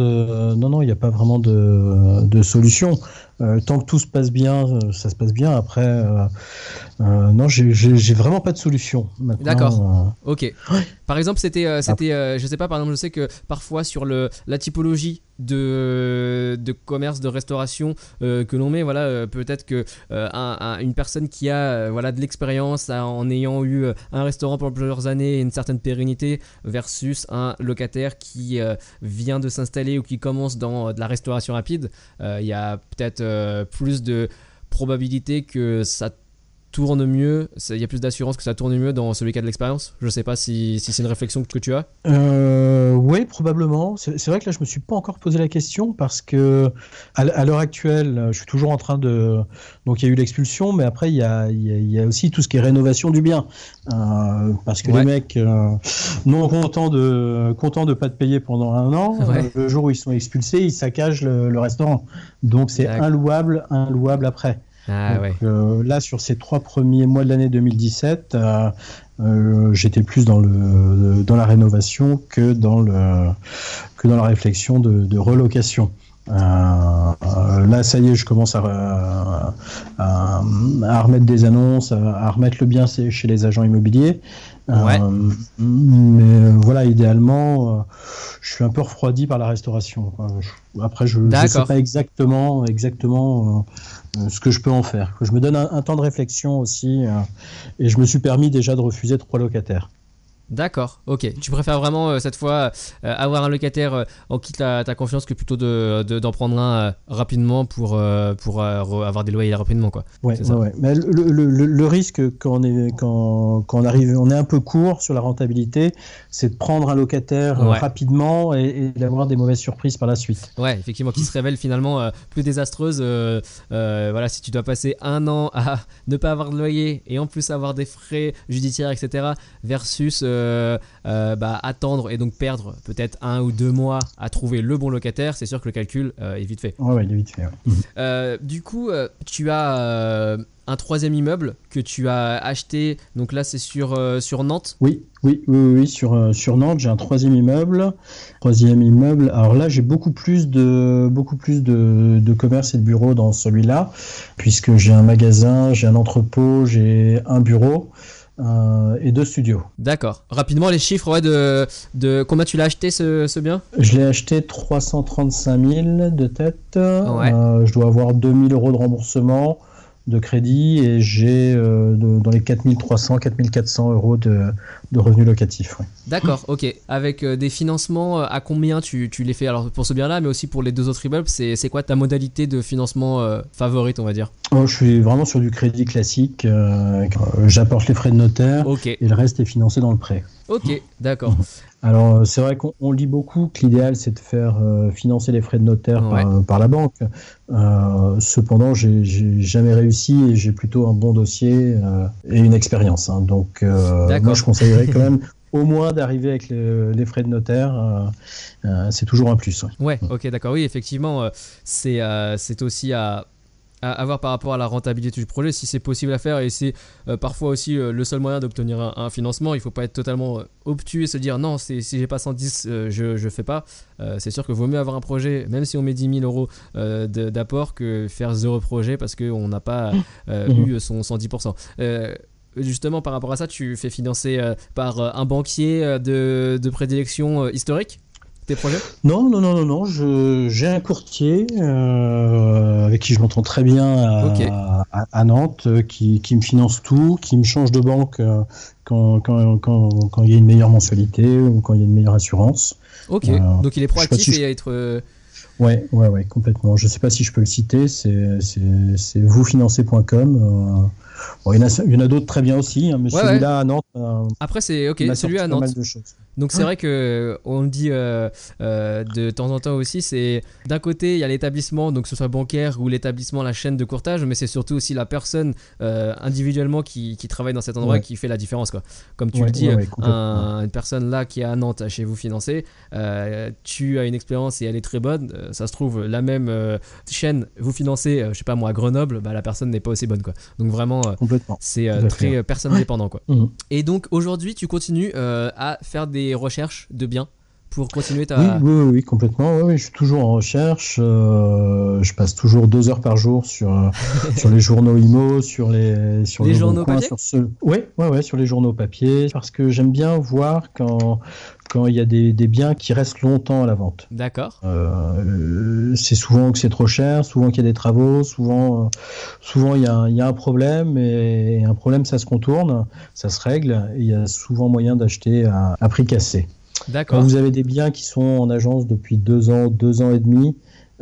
de solution. Tant que tout se passe bien, ça se passe bien. Après, non, j'ai vraiment pas de solution. Maintenant, d'accord. Ok. Par exemple, c'était, je sais pas. Par exemple, je sais que parfois sur la typologie de commerce, de restauration que l'on met, peut-être que une personne qui a de l'expérience en ayant eu un restaurant pendant plusieurs années et une certaine pérennité versus un locataire qui vient de s'installer ou qui commence dans de la restauration rapide, il y a peut-être plus de probabilité que ça tourne mieux, il y a plus d'assurance que ça tourne mieux dans celui qui a de l'expérience. Je sais pas si c'est une réflexion que tu as. Oui, probablement. C'est vrai que là, je me suis pas encore posé la question parce que à l'heure actuelle, je suis toujours en train de. Donc, il y a eu l'expulsion, mais après, il y a aussi tout ce qui est rénovation du bien, parce que les mecs non contents de pas te payer pendant 1 an, le jour où ils sont expulsés, ils saccagent le restaurant. Donc, c'est inlouable après. Donc, là, sur ces 3 premiers mois de l'année 2017, j'étais plus dans la rénovation que dans la réflexion de relocation. Là, ça y est, je commence à remettre des annonces, à remettre le bien chez les agents immobiliers. Mais voilà, idéalement, je suis un peu refroidi par la restauration. Après, je ne sais pas exactement ce que je peux en faire. Je me donne un temps de réflexion aussi, et je me suis permis déjà de refuser 3 locataires. D'accord, ok. Tu préfères vraiment cette fois avoir un locataire en qui t'as confiance que plutôt d'en prendre un rapidement pour avoir des loyers rapidement, quoi. Ouais, C'est ça. ouais. Mais le risque quand on arrive, on est un peu court sur la rentabilité, c'est de prendre un locataire rapidement et d'avoir des mauvaises surprises par la suite. Ouais, effectivement, qui se révèle finalement plus désastreuse. Voilà, si tu dois passer 1 an à ne pas avoir de loyer et en plus avoir des frais judiciaires, etc., versus attendre et donc perdre peut-être 1 ou 2 mois à trouver le bon locataire, c'est sûr que le calcul est vite fait. Ouais, il est vite fait. Ouais. Du coup, tu as un 3e immeuble que tu as acheté, donc là c'est sur Nantes. Oui, sur Nantes, j'ai un 3e immeuble. 3e immeuble. Alors là, j'ai beaucoup plus de commerce et de bureaux dans celui-là, puisque j'ai un magasin, j'ai un entrepôt, j'ai un bureau. Et 2 studios. D'accord. Rapidement, les chiffres de combien tu l'as acheté ce bien ? Je l'ai acheté 335 000 de tête. Ouais. Je dois avoir 2 000 euros de remboursement de crédit et j'ai dans les 4 300, 4 400 euros de revenus locatifs. Ouais. D'accord, ok. Avec des financements, à combien tu les fais ? Alors pour ce bien-là, mais aussi pour les 2 autres immeubles, c'est quoi ta modalité de financement favorite, on va dire ? Je suis vraiment sur du crédit classique. J'apporte les frais de notaire et le reste est financé dans le prêt. Ok, d'accord. Alors, c'est vrai qu'on lit beaucoup que l'idéal, c'est de faire financer les frais de notaire par la banque. Cependant, j'ai jamais réussi et j'ai plutôt un bon dossier et une expérience. Hein. Donc, moi, je conseillerais quand même au moins d'arriver avec les frais de notaire. C'est toujours un plus. Ouais, ok, d'accord. Oui, effectivement, c'est aussi à voir par rapport à la rentabilité du projet, si c'est possible à faire, et c'est parfois aussi le seul moyen d'obtenir un financement. Il ne faut pas être totalement obtus et se dire non, si j'ai pas 110, je fais pas. C'est sûr que vaut mieux avoir un projet, même si on met 10 000 euros d'apport, que faire 0 projet parce qu'on n'a pas eu son 110%. Justement, par rapport à ça, tu fais financer par un banquier de prédilection historique tes projets ? Non. J'ai un courtier avec qui je m'entends très bien à Nantes, qui me finance tout, qui me change de banque quand il y a une meilleure mensualité ou quand il y a une meilleure assurance. Ok, donc il est proactif et à être... Ouais, complètement. Je ne sais pas si je peux le citer, c'est vousfinancer.com. Bon, il y en a d'autres très bien aussi, hein, mais celui-là à Nantes. Après, c'est celui à Nantes. Donc c'est vrai que on le dit de temps en temps aussi, c'est d'un côté il y a l'établissement, donc que ce soit bancaire ou l'établissement, la chaîne de courtage, mais c'est surtout aussi la personne individuellement qui travaille dans cet endroit qui fait la différence, quoi. Comme tu le dis, une personne là qui est à Nantes chez vous financé, tu as une expérience et elle est très bonne. Ça se trouve la même chaîne vous financez, je sais pas moi à Grenoble, la personne n'est pas aussi bonne, quoi. Donc vraiment c'est très personne dépendant, quoi. Et donc aujourd'hui tu continues à faire des recherches de biens pour continuer ta... Oui, complètement. Oui, je suis toujours en recherche. Je passe toujours 2 heures par jour sur les journaux IMO, sur les journaux papier. Sur les journaux papier, parce que j'aime bien voir quand il y a des biens qui restent longtemps à la vente. D'accord. C'est souvent que c'est trop cher, souvent qu'il y a des travaux, souvent il y a un problème, et un problème ça se contourne, ça se règle, et il y a souvent moyen d'acheter à prix cassé. D'accord. Quand vous avez des biens qui sont en agence depuis 2 ans, 2 ans et demi,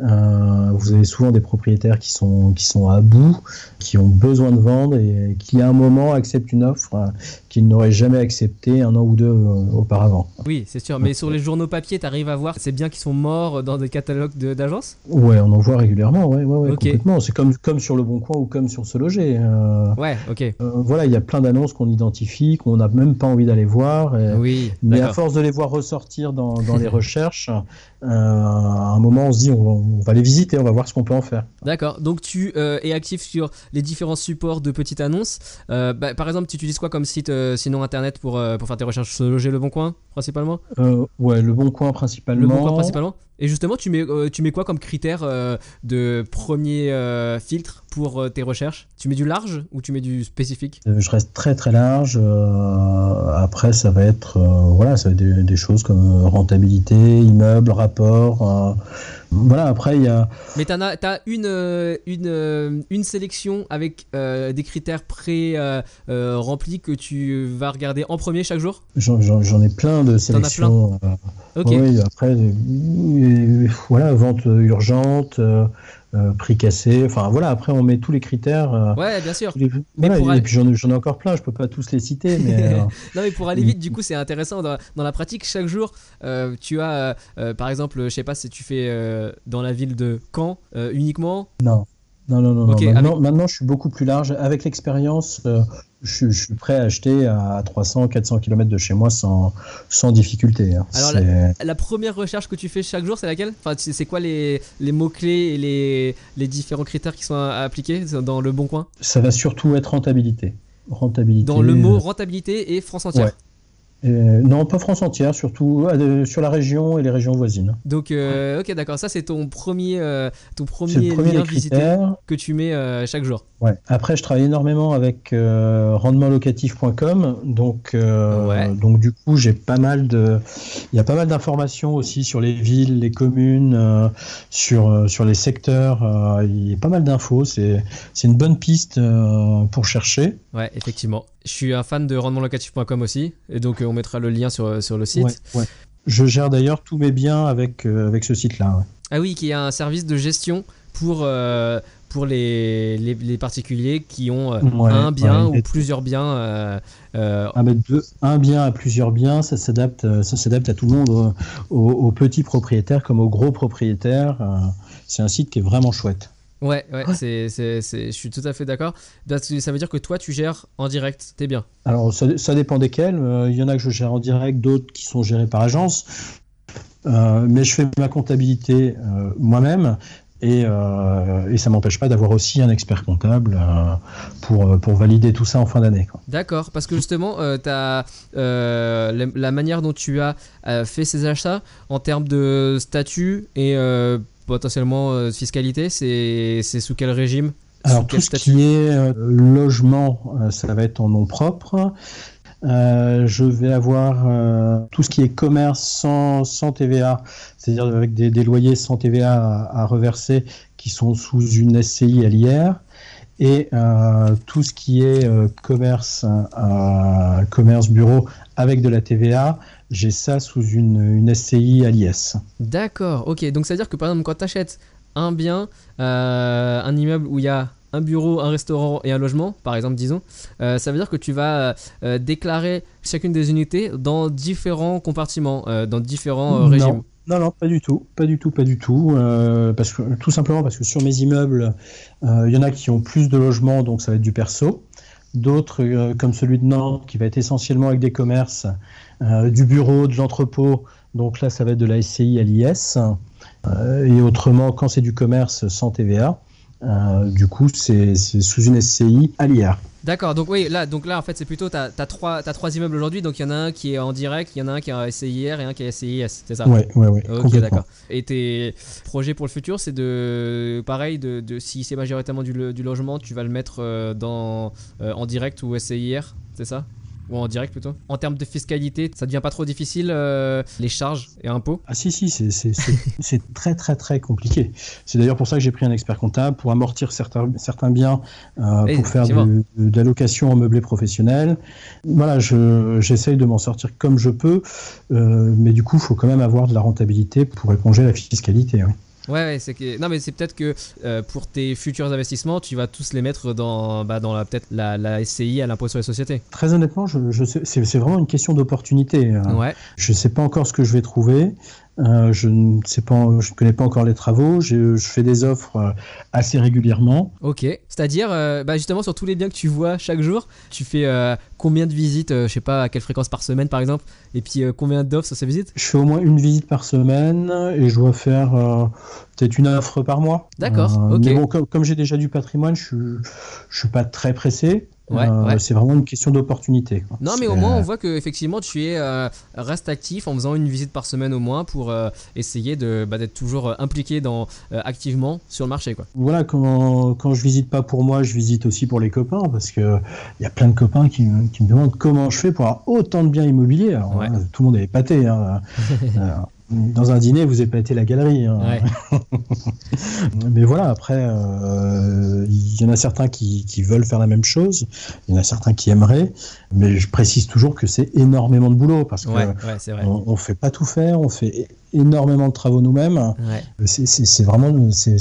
vous avez souvent des propriétaires qui sont à bout, qui ont besoin de vendre et qui à un moment acceptent une offre qu'ils n'auraient jamais acceptée 1 an ou 2 auparavant. Oui, c'est sûr. Mais sur les journaux papier, tu arrives à voir ces biens qui sont morts dans des catalogues d'agence ? Ouais, on en voit régulièrement, ouais, complètement. C'est comme sur Le Bon Coin ou comme sur Se Loger. Voilà, il y a plein d'annonces qu'on identifie, qu'on n'a même pas envie d'aller voir. Mais à force de les voir ressortir dans les recherches, à un moment on se dit on va les visiter, on va voir ce qu'on peut en faire. D'accord, donc tu es actif sur les différents supports de petites annonces. Par exemple, tu utilises quoi comme site sinon internet pour faire tes recherches? Se Loger, Le Bon Coin principalement? Le Bon Coin principalement. Et justement, tu mets quoi comme critère de premier filtre pour tes recherches? Tu mets du large ou tu mets du spécifique? Je reste très très large. Après, ça va être des choses comme rentabilité, immeuble, rapport. Voilà, après il y a. Mais t'as une sélection avec des critères remplis que tu vas regarder en premier chaque jour? J'en ai plein de sélections. T'en as plein? Ok. Oui, après, voilà, vente urgente. Prix cassé, enfin voilà, après on met tous les critères. Ouais, bien sûr. Et puis j'en ai encore plein, je peux pas tous les citer, mais. Non, mais pour aller vite, du coup, c'est intéressant dans la pratique. Chaque jour, tu as, par exemple, je sais pas si tu fais dans la ville de Caen uniquement. Non. Okay, maintenant, je suis beaucoup plus large. Avec l'expérience, je suis prêt à acheter à 300-400 km de chez moi sans difficulté. Hein. Alors, la première recherche que tu fais chaque jour, c'est laquelle? Enfin, c'est quoi les mots-clés et les différents critères qui sont appliqués dans Le Bon Coin? Ça va surtout être rentabilité. Dans le mot rentabilité et France entière. Ouais. Non, pas France entière, surtout sur la région et les régions voisines. Donc, ok, d'accord. Ça, c'est ton premier le premier lien visité que tu mets chaque jour. Ouais. Après, je travaille énormément avec rendementlocatif.com. Donc du coup, il y a pas mal d'informations aussi sur les villes, les communes, sur les secteurs. Il y a pas mal d'infos. C'est une bonne piste pour chercher. Ouais, effectivement. Je suis un fan de rendementlocatif.com aussi, et donc on mettra le lien sur le site. Ouais. Je gère d'ailleurs tous mes biens avec ce site-là. Ouais. Ah oui, qui est un service de gestion pour les particuliers qui ont un bien ou plusieurs biens. Un bien à plusieurs biens, ça s'adapte à tout le monde, aux petits propriétaires comme aux gros propriétaires. C'est un site qui est vraiment chouette. Ouais, je suis tout à fait d'accord. Ça veut dire que toi, tu gères en direct tes biens. Alors, ça dépend desquels. Il y en a que je gère en direct, d'autres qui sont gérés par agence. Mais je fais ma comptabilité moi-même. Et ça m'empêche pas d'avoir aussi un expert comptable pour valider tout ça en fin d'année. Quoi. D'accord, parce que justement, la manière dont tu as fait ces achats en termes de statut et potentiellement fiscalité, c'est sous quel régime? Alors tout ce qui est logement, ça va être en nom propre. Je vais avoir tout ce qui est commerce sans TVA, c'est-à-dire avec des loyers sans TVA à reverser qui sont sous une SCI à l'IR. Et tout ce qui est commerce bureau avec de la TVA, j'ai ça sous une SCI à l'IS. D'accord, ok. Donc ça veut dire que par exemple quand tu achètes un bien, un immeuble où il y a un bureau, un restaurant et un logement, par exemple, disons, ça veut dire que tu vas déclarer chacune des unités dans différents compartiments, dans différents régimes. Non, pas du tout. Tout simplement parce que sur mes immeubles, il y en a qui ont plus de logements, donc ça va être du perso. D'autres, comme celui de Nantes, qui va être essentiellement avec des commerces, du bureau, de l'entrepôt, donc là, ça va être de la SCI à l'IS. Et autrement, quand c'est du commerce sans TVA, du coup, c'est sous une SCI à l'IR. D'accord, donc là en fait c'est plutôt t'as trois immeubles aujourd'hui, donc il y en a un qui est en direct, il y en a un qui est en SCIR et un qui est SCIS, c'est ça? Ouais. Ok, d'accord. Et tes projets pour le futur, c'est de si c'est majoritairement du logement, tu vas le mettre en direct ou SCIR, c'est ça? Ou en direct plutôt. En termes de fiscalité, ça devient pas trop difficile les charges et impôts? Ah si, c'est très très très compliqué. C'est d'ailleurs pour ça que j'ai pris un expert comptable pour amortir certains biens, pour faire de la location en meublé professionnel. Voilà, j'essaye de m'en sortir comme je peux, mais du coup, il faut quand même avoir de la rentabilité pour éponger la fiscalité. Oui. Ouais, non mais c'est peut-être que pour tes futurs investissements, tu vas tous les mettre dans peut-être la SCI à l'impôt sur les sociétés. Très honnêtement, c'est vraiment une question d'opportunité. Ouais. Je ne sais pas encore ce que je vais trouver. Je ne connais pas encore les travaux. Je fais des offres assez régulièrement. Ok. C'est-à-dire, justement, sur tous les biens que tu vois chaque jour, tu fais combien de visites, je sais pas à quelle fréquence par semaine par exemple, et puis combien d'offres sur ces visites? Je fais au moins une visite par semaine et je dois faire peut-être une offre par mois. D'accord. Ok. Mais bon, comme j'ai déjà du patrimoine, je suis pas très pressé. C'est vraiment une question d'opportunité, quoi. Non, mais au moins on voit que effectivement tu restes actif en faisant une visite par semaine au moins pour essayer d'être toujours impliqué activement sur le marché, quoi. Voilà, quand je visite pas pour moi, je visite aussi pour les copains, parce que il y a plein de copains qui me demandent comment je fais pour avoir autant de biens immobiliers. Alors, tout le monde est épaté, hein. Dans un dîner, vous épatez la galerie, hein. Mais voilà, après, il y en a certains qui veulent faire la même chose, il y en a certains qui aimeraient, mais je précise toujours que c'est énormément de boulot, parce que on fait pas tout faire, on fait énormément de travaux nous-mêmes. C'est vraiment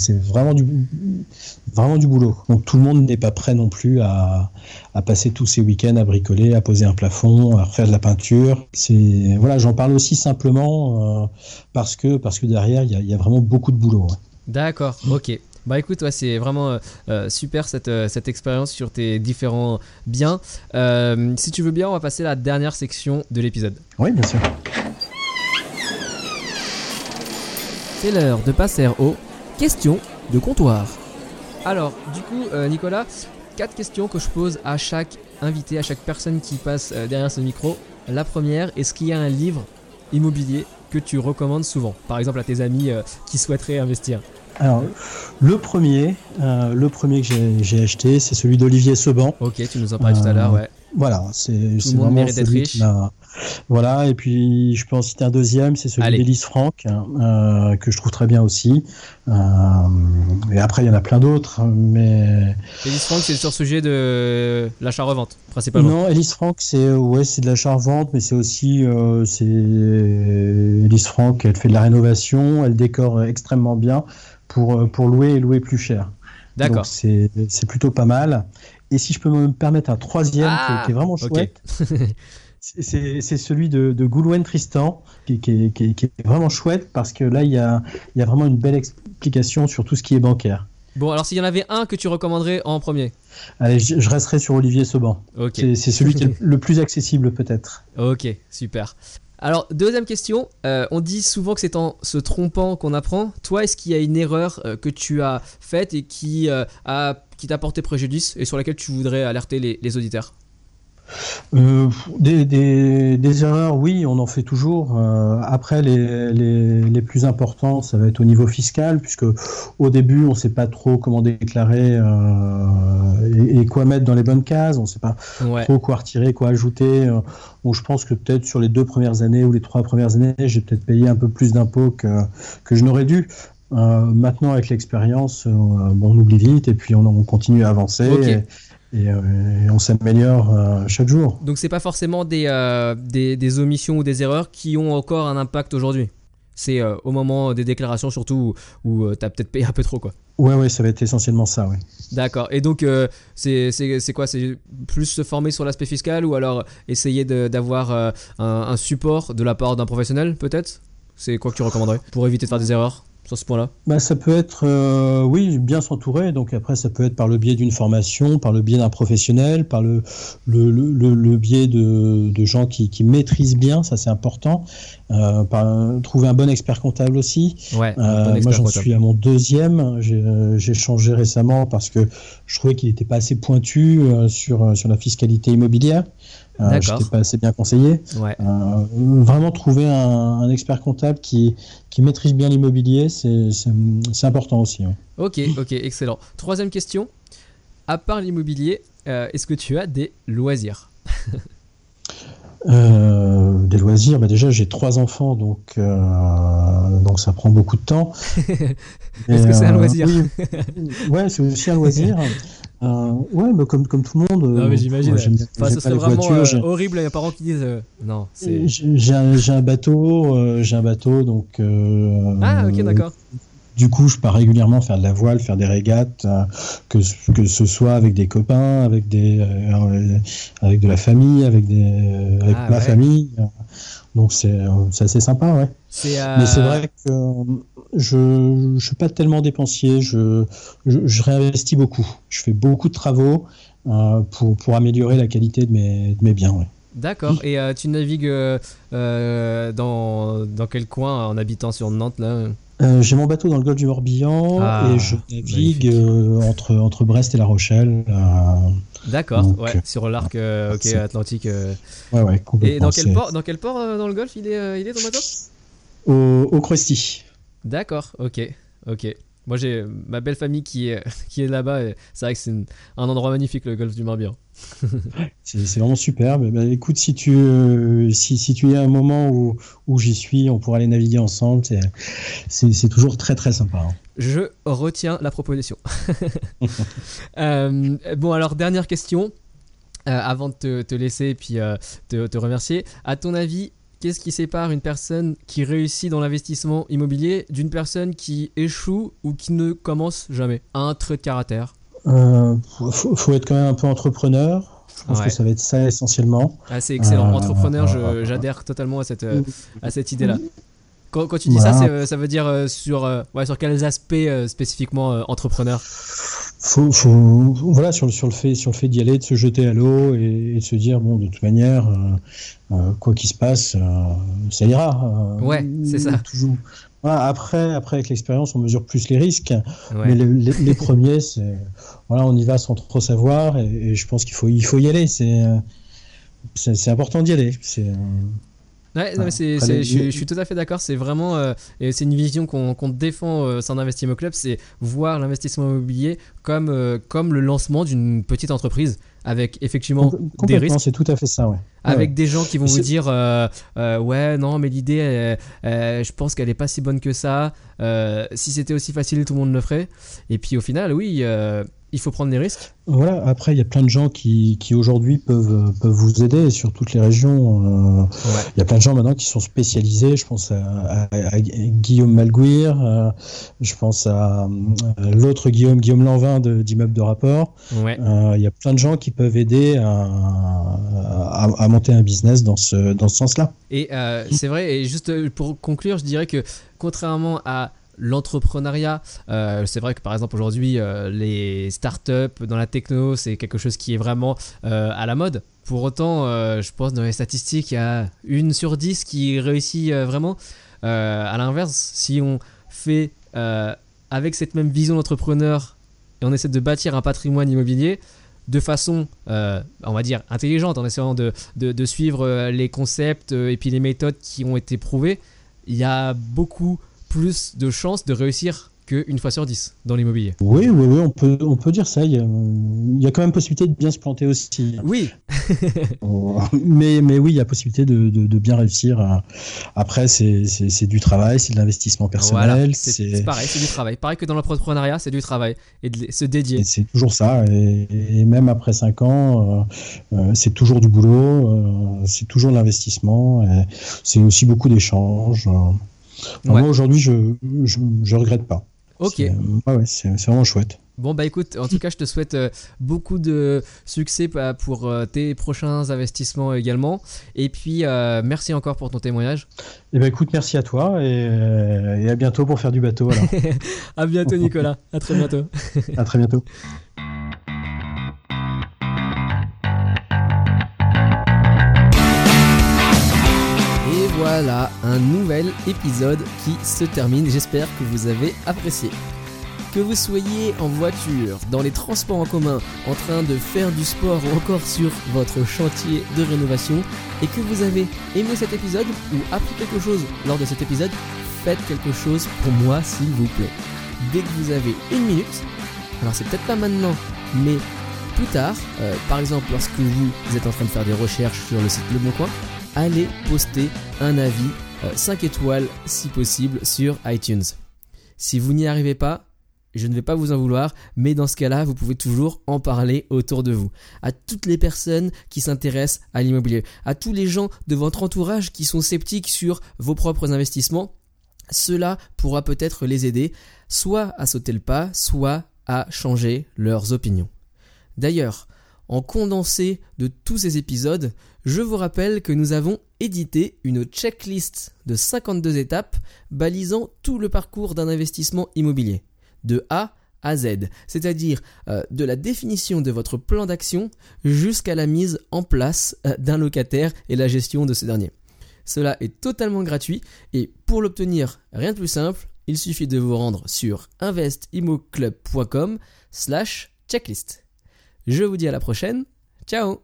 du boulot. Donc tout le monde n'est pas prêt non plus à passer tous ses week-ends à bricoler, à poser un plafond, à refaire de la peinture. Voilà, j'en parle aussi simplement parce que derrière il y a vraiment beaucoup de boulot. D'accord, ok. Bah écoute, c'est vraiment super cette expérience sur tes différents biens. Si tu veux bien, on va passer à la dernière section de l'épisode. Oui, bien sûr. C'est l'heure de passer aux questions de comptoir. Alors, du coup, Nicolas, 4 questions que je pose à chaque invité, à chaque personne qui passe derrière ce micro. La première, est-ce qu'il y a un livre immobilier que tu recommandes souvent, par exemple à tes amis qui souhaiteraient investir? Alors, le premier que j'ai acheté, c'est celui d'Olivier Seban. Ok, tu nous en parlais tout à l'heure, ouais. Voilà, c'est vraiment celui qui m'a... Voilà, et puis je peux en citer un deuxième, c'est celui d'Élise Franck, que je trouve très bien aussi. Et après, il y en a plein d'autres, mais... Élise Franck, c'est sur le sujet de l'achat-revente, principalement. Non, Élise Franck, c'est de l'achat-revente, mais c'est aussi... Élise Franck, elle fait de la rénovation, elle décore extrêmement bien pour louer et louer plus cher. D'accord. Donc c'est plutôt pas mal. Et si je peux me permettre un troisième qui est vraiment chouette, c'est celui de Goulouen Tristan, qui est vraiment chouette, parce que là, il y a vraiment une belle explication sur tout ce qui est bancaire. Bon, alors s'il y en avait un que tu recommanderais en premier? Allez, je resterai sur Olivier Seban. Okay. C'est celui qui est le plus accessible, peut-être. Ok, super. Alors, deuxième question, on dit souvent que c'est en se trompant qu'on apprend. Toi, est-ce qu'il y a une erreur que tu as faite et qui t'a porté préjudice et sur laquelle tu voudrais alerter les auditeurs? Des erreurs, oui, on en fait toujours. Après, les plus importants, ça va être au niveau fiscal, puisque au début, on ne sait pas trop comment déclarer et quoi mettre dans les bonnes cases. On ne sait pas trop quoi retirer, quoi ajouter. Bon, je pense que peut-être sur les 2 premières années ou les 3 premières années, j'ai peut-être payé un peu plus d'impôts que je n'aurais dû. Maintenant, avec l'expérience, on oublie vite et puis on continue à avancer. Okay. Et on s'améliore chaque jour. Donc c'est pas forcément des omissions ou des erreurs qui ont encore un impact aujourd'hui. C'est au moment des déclarations surtout où t'as peut-être payé un peu trop, quoi. Ouais, ça va être essentiellement ça, ouais. D'accord. Et donc c'est quoi? C'est plus se former sur l'aspect fiscal ou alors essayer d'avoir un support de la part d'un professionnel, peut-être? C'est quoi que tu recommanderais pour éviter de faire des erreurs sur ce point-là? Ça peut être, oui, bien s'entourer. Donc après, ça peut être par le biais d'une formation, par le biais d'un professionnel, par le biais de gens qui maîtrisent bien, ça c'est important. Trouver un bon expert comptable aussi. Ouais, moi, j'en suis à mon deuxième. J'ai changé récemment parce que je trouvais qu'il n'était pas assez pointu sur la fiscalité immobilière. Je n'étais pas assez bien conseillé. Ouais. Vraiment trouver un expert comptable qui maîtrise bien l'immobilier, c'est important aussi. Ouais. Ok, excellent. Troisième question. À part l'immobilier, est-ce que tu as des loisirs? Des loisirs, déjà j'ai 3 enfants, donc ça prend beaucoup de temps. Est-ce que c'est un loisir? Ouais, c'est aussi un loisir. Comme tout le monde. Non, mais j'imagine. Ce serait vraiment horrible. Il y a des parents qui disent non. J'ai un bateau, donc. Ok, d'accord. Du coup, je pars régulièrement faire de la voile, faire des régates, que ce soit avec des copains, avec de la famille, avec ma famille. Donc c'est assez sympa, ouais. Mais c'est vrai que je suis pas tellement dépensier. Je réinvestis beaucoup. Je fais beaucoup de travaux pour améliorer la qualité de mes biens, ouais. D'accord. Et tu navigues dans quel coin en habitant sur Nantes là? J'ai mon bateau dans le golfe du Morbihan et je navigue entre Brest et La Rochelle. D'accord, donc, sur l'arc Atlantique. Ouais, complètement. Et dans quel port dans le golfe il est ton bateau? Au Krusty. D'accord, ok. Moi j'ai ma belle famille qui est là-bas et c'est vrai que c'est un endroit magnifique, le golfe du Morbihan. C'est vraiment superbe. Bah, écoute, si tu es à un moment où j'y suis, on pourra aller naviguer ensemble. C'est toujours très très sympa. Hein. Je retiens la proposition. Bon, alors dernière question avant de te laisser et puis te remercier. À ton avis, qu'est-ce qui sépare une personne qui réussit dans l'investissement immobilier d'une personne qui échoue ou qui ne commence jamais? Un trait de caractère. Faut être quand même un peu entrepreneur. Je pense que ça va être ça essentiellement. Ah, c'est excellent. Entrepreneur, j'adhère totalement à cette idée-là. Quand tu dis ça veut dire sur quels aspects spécifiquement entrepreneur? Voilà, sur le fait d'y aller, de se jeter à l'eau et de se dire bon, de toute manière, quoi qu'il se passe, ça ira. C'est ça. Toujours. Voilà, après, avec l'expérience, on mesure plus les risques. Mais les premiers, c'est on y va sans trop savoir et je pense qu'il faut y aller. C'est important d'y aller. Je suis tout à fait d'accord. C'est vraiment et c'est une vision qu'on défend au sein d'Investimo Club, c'est voir l'investissement immobilier comme le lancement d'une petite entreprise avec effectivement des risques. C'est tout à fait ça, Avec des gens qui vont vous dire non mais l'idée je pense qu'elle est pas si bonne que ça, si c'était aussi facile tout le monde le ferait, et puis au final il faut prendre des risques. Voilà, après il y a plein de gens qui aujourd'hui peuvent vous aider sur toutes les régions. Il y a plein de gens maintenant qui sont spécialisés. Je pense à Guillaume Malguir, je pense à l'autre Guillaume Lanvin d'Immeubles de Rapport. Il y a plein de gens qui peuvent aider à monter un business dans ce sens-là. Et c'est vrai, et juste pour conclure, je dirais que contrairement à l'entrepreneuriat, c'est vrai que par exemple aujourd'hui les startups dans la techno, c'est quelque chose qui est vraiment à la mode. Pour autant, je pense dans les statistiques, il y a 1 sur 10 qui réussit vraiment. À l'inverse, si on fait avec cette même vision d'entrepreneur et on essaie de bâtir un patrimoine immobilier de façon, on va dire, intelligente, en essayant de suivre les concepts et puis les méthodes qui ont été prouvées, il y a beaucoup plus de chances de réussir qu'une fois sur 10 dans l'immobilier. Oui, on peut dire ça. Il y a quand même possibilité de bien se planter aussi. Oui. mais oui, il y a possibilité de bien réussir. Après, c'est du travail, c'est de l'investissement personnel. Voilà, c'est pareil, c'est du travail. Pareil que dans l'entrepreneuriat, c'est du travail et de se dédier. Et c'est toujours ça. Et même après 5 ans, c'est toujours du boulot, c'est toujours de l'investissement. C'est aussi beaucoup d'échanges. Moi aujourd'hui je regrette pas. Ok. C'est vraiment chouette. Bon bah écoute, en tout cas je te souhaite beaucoup de succès pour tes prochains investissements également. Et puis merci encore pour ton témoignage. Et écoute, merci à toi et à bientôt pour faire du bateau alors. À bientôt Nicolas, à très bientôt. À très bientôt. Voilà, un nouvel épisode qui se termine. J'espère que vous avez apprécié. Que vous soyez en voiture, dans les transports en commun, en train de faire du sport ou encore sur votre chantier de rénovation et que vous avez aimé cet épisode ou appris quelque chose lors de cet épisode, faites quelque chose pour moi s'il vous plaît. Dès que vous avez 1 minute, alors c'est peut-être pas maintenant, mais plus tard, par exemple lorsque vous êtes en train de faire des recherches sur le site Le Bon Coin, allez poster un avis 5 étoiles si possible sur iTunes. Si vous n'y arrivez pas, je ne vais pas vous en vouloir, mais dans ce cas-là, vous pouvez toujours en parler autour de vous. À toutes les personnes qui s'intéressent à l'immobilier, à tous les gens de votre entourage qui sont sceptiques sur vos propres investissements, cela pourra peut-être les aider, soit à sauter le pas, soit à changer leurs opinions. D'ailleurs, en condensé de tous ces épisodes, je vous rappelle que nous avons édité une checklist de 52 étapes balisant tout le parcours d'un investissement immobilier, de A à Z, c'est-à-dire de la définition de votre plan d'action jusqu'à la mise en place d'un locataire et la gestion de ce dernier. Cela est totalement gratuit et pour l'obtenir, rien de plus simple, il suffit de vous rendre sur investimoclub.com/checklist. Je vous dis à la prochaine. Ciao.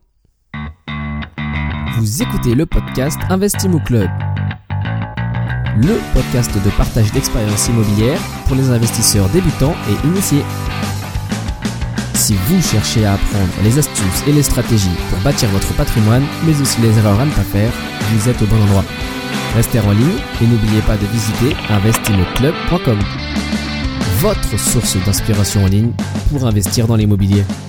Vous écoutez le podcast Investimo Club, le podcast de partage d'expériences immobilières pour les investisseurs débutants et initiés. Si vous cherchez à apprendre les astuces et les stratégies pour bâtir votre patrimoine, mais aussi les erreurs à ne pas faire, vous êtes au bon endroit. Restez en ligne et n'oubliez pas de visiter investimoclub.com, votre source d'inspiration en ligne pour investir dans l'immobilier.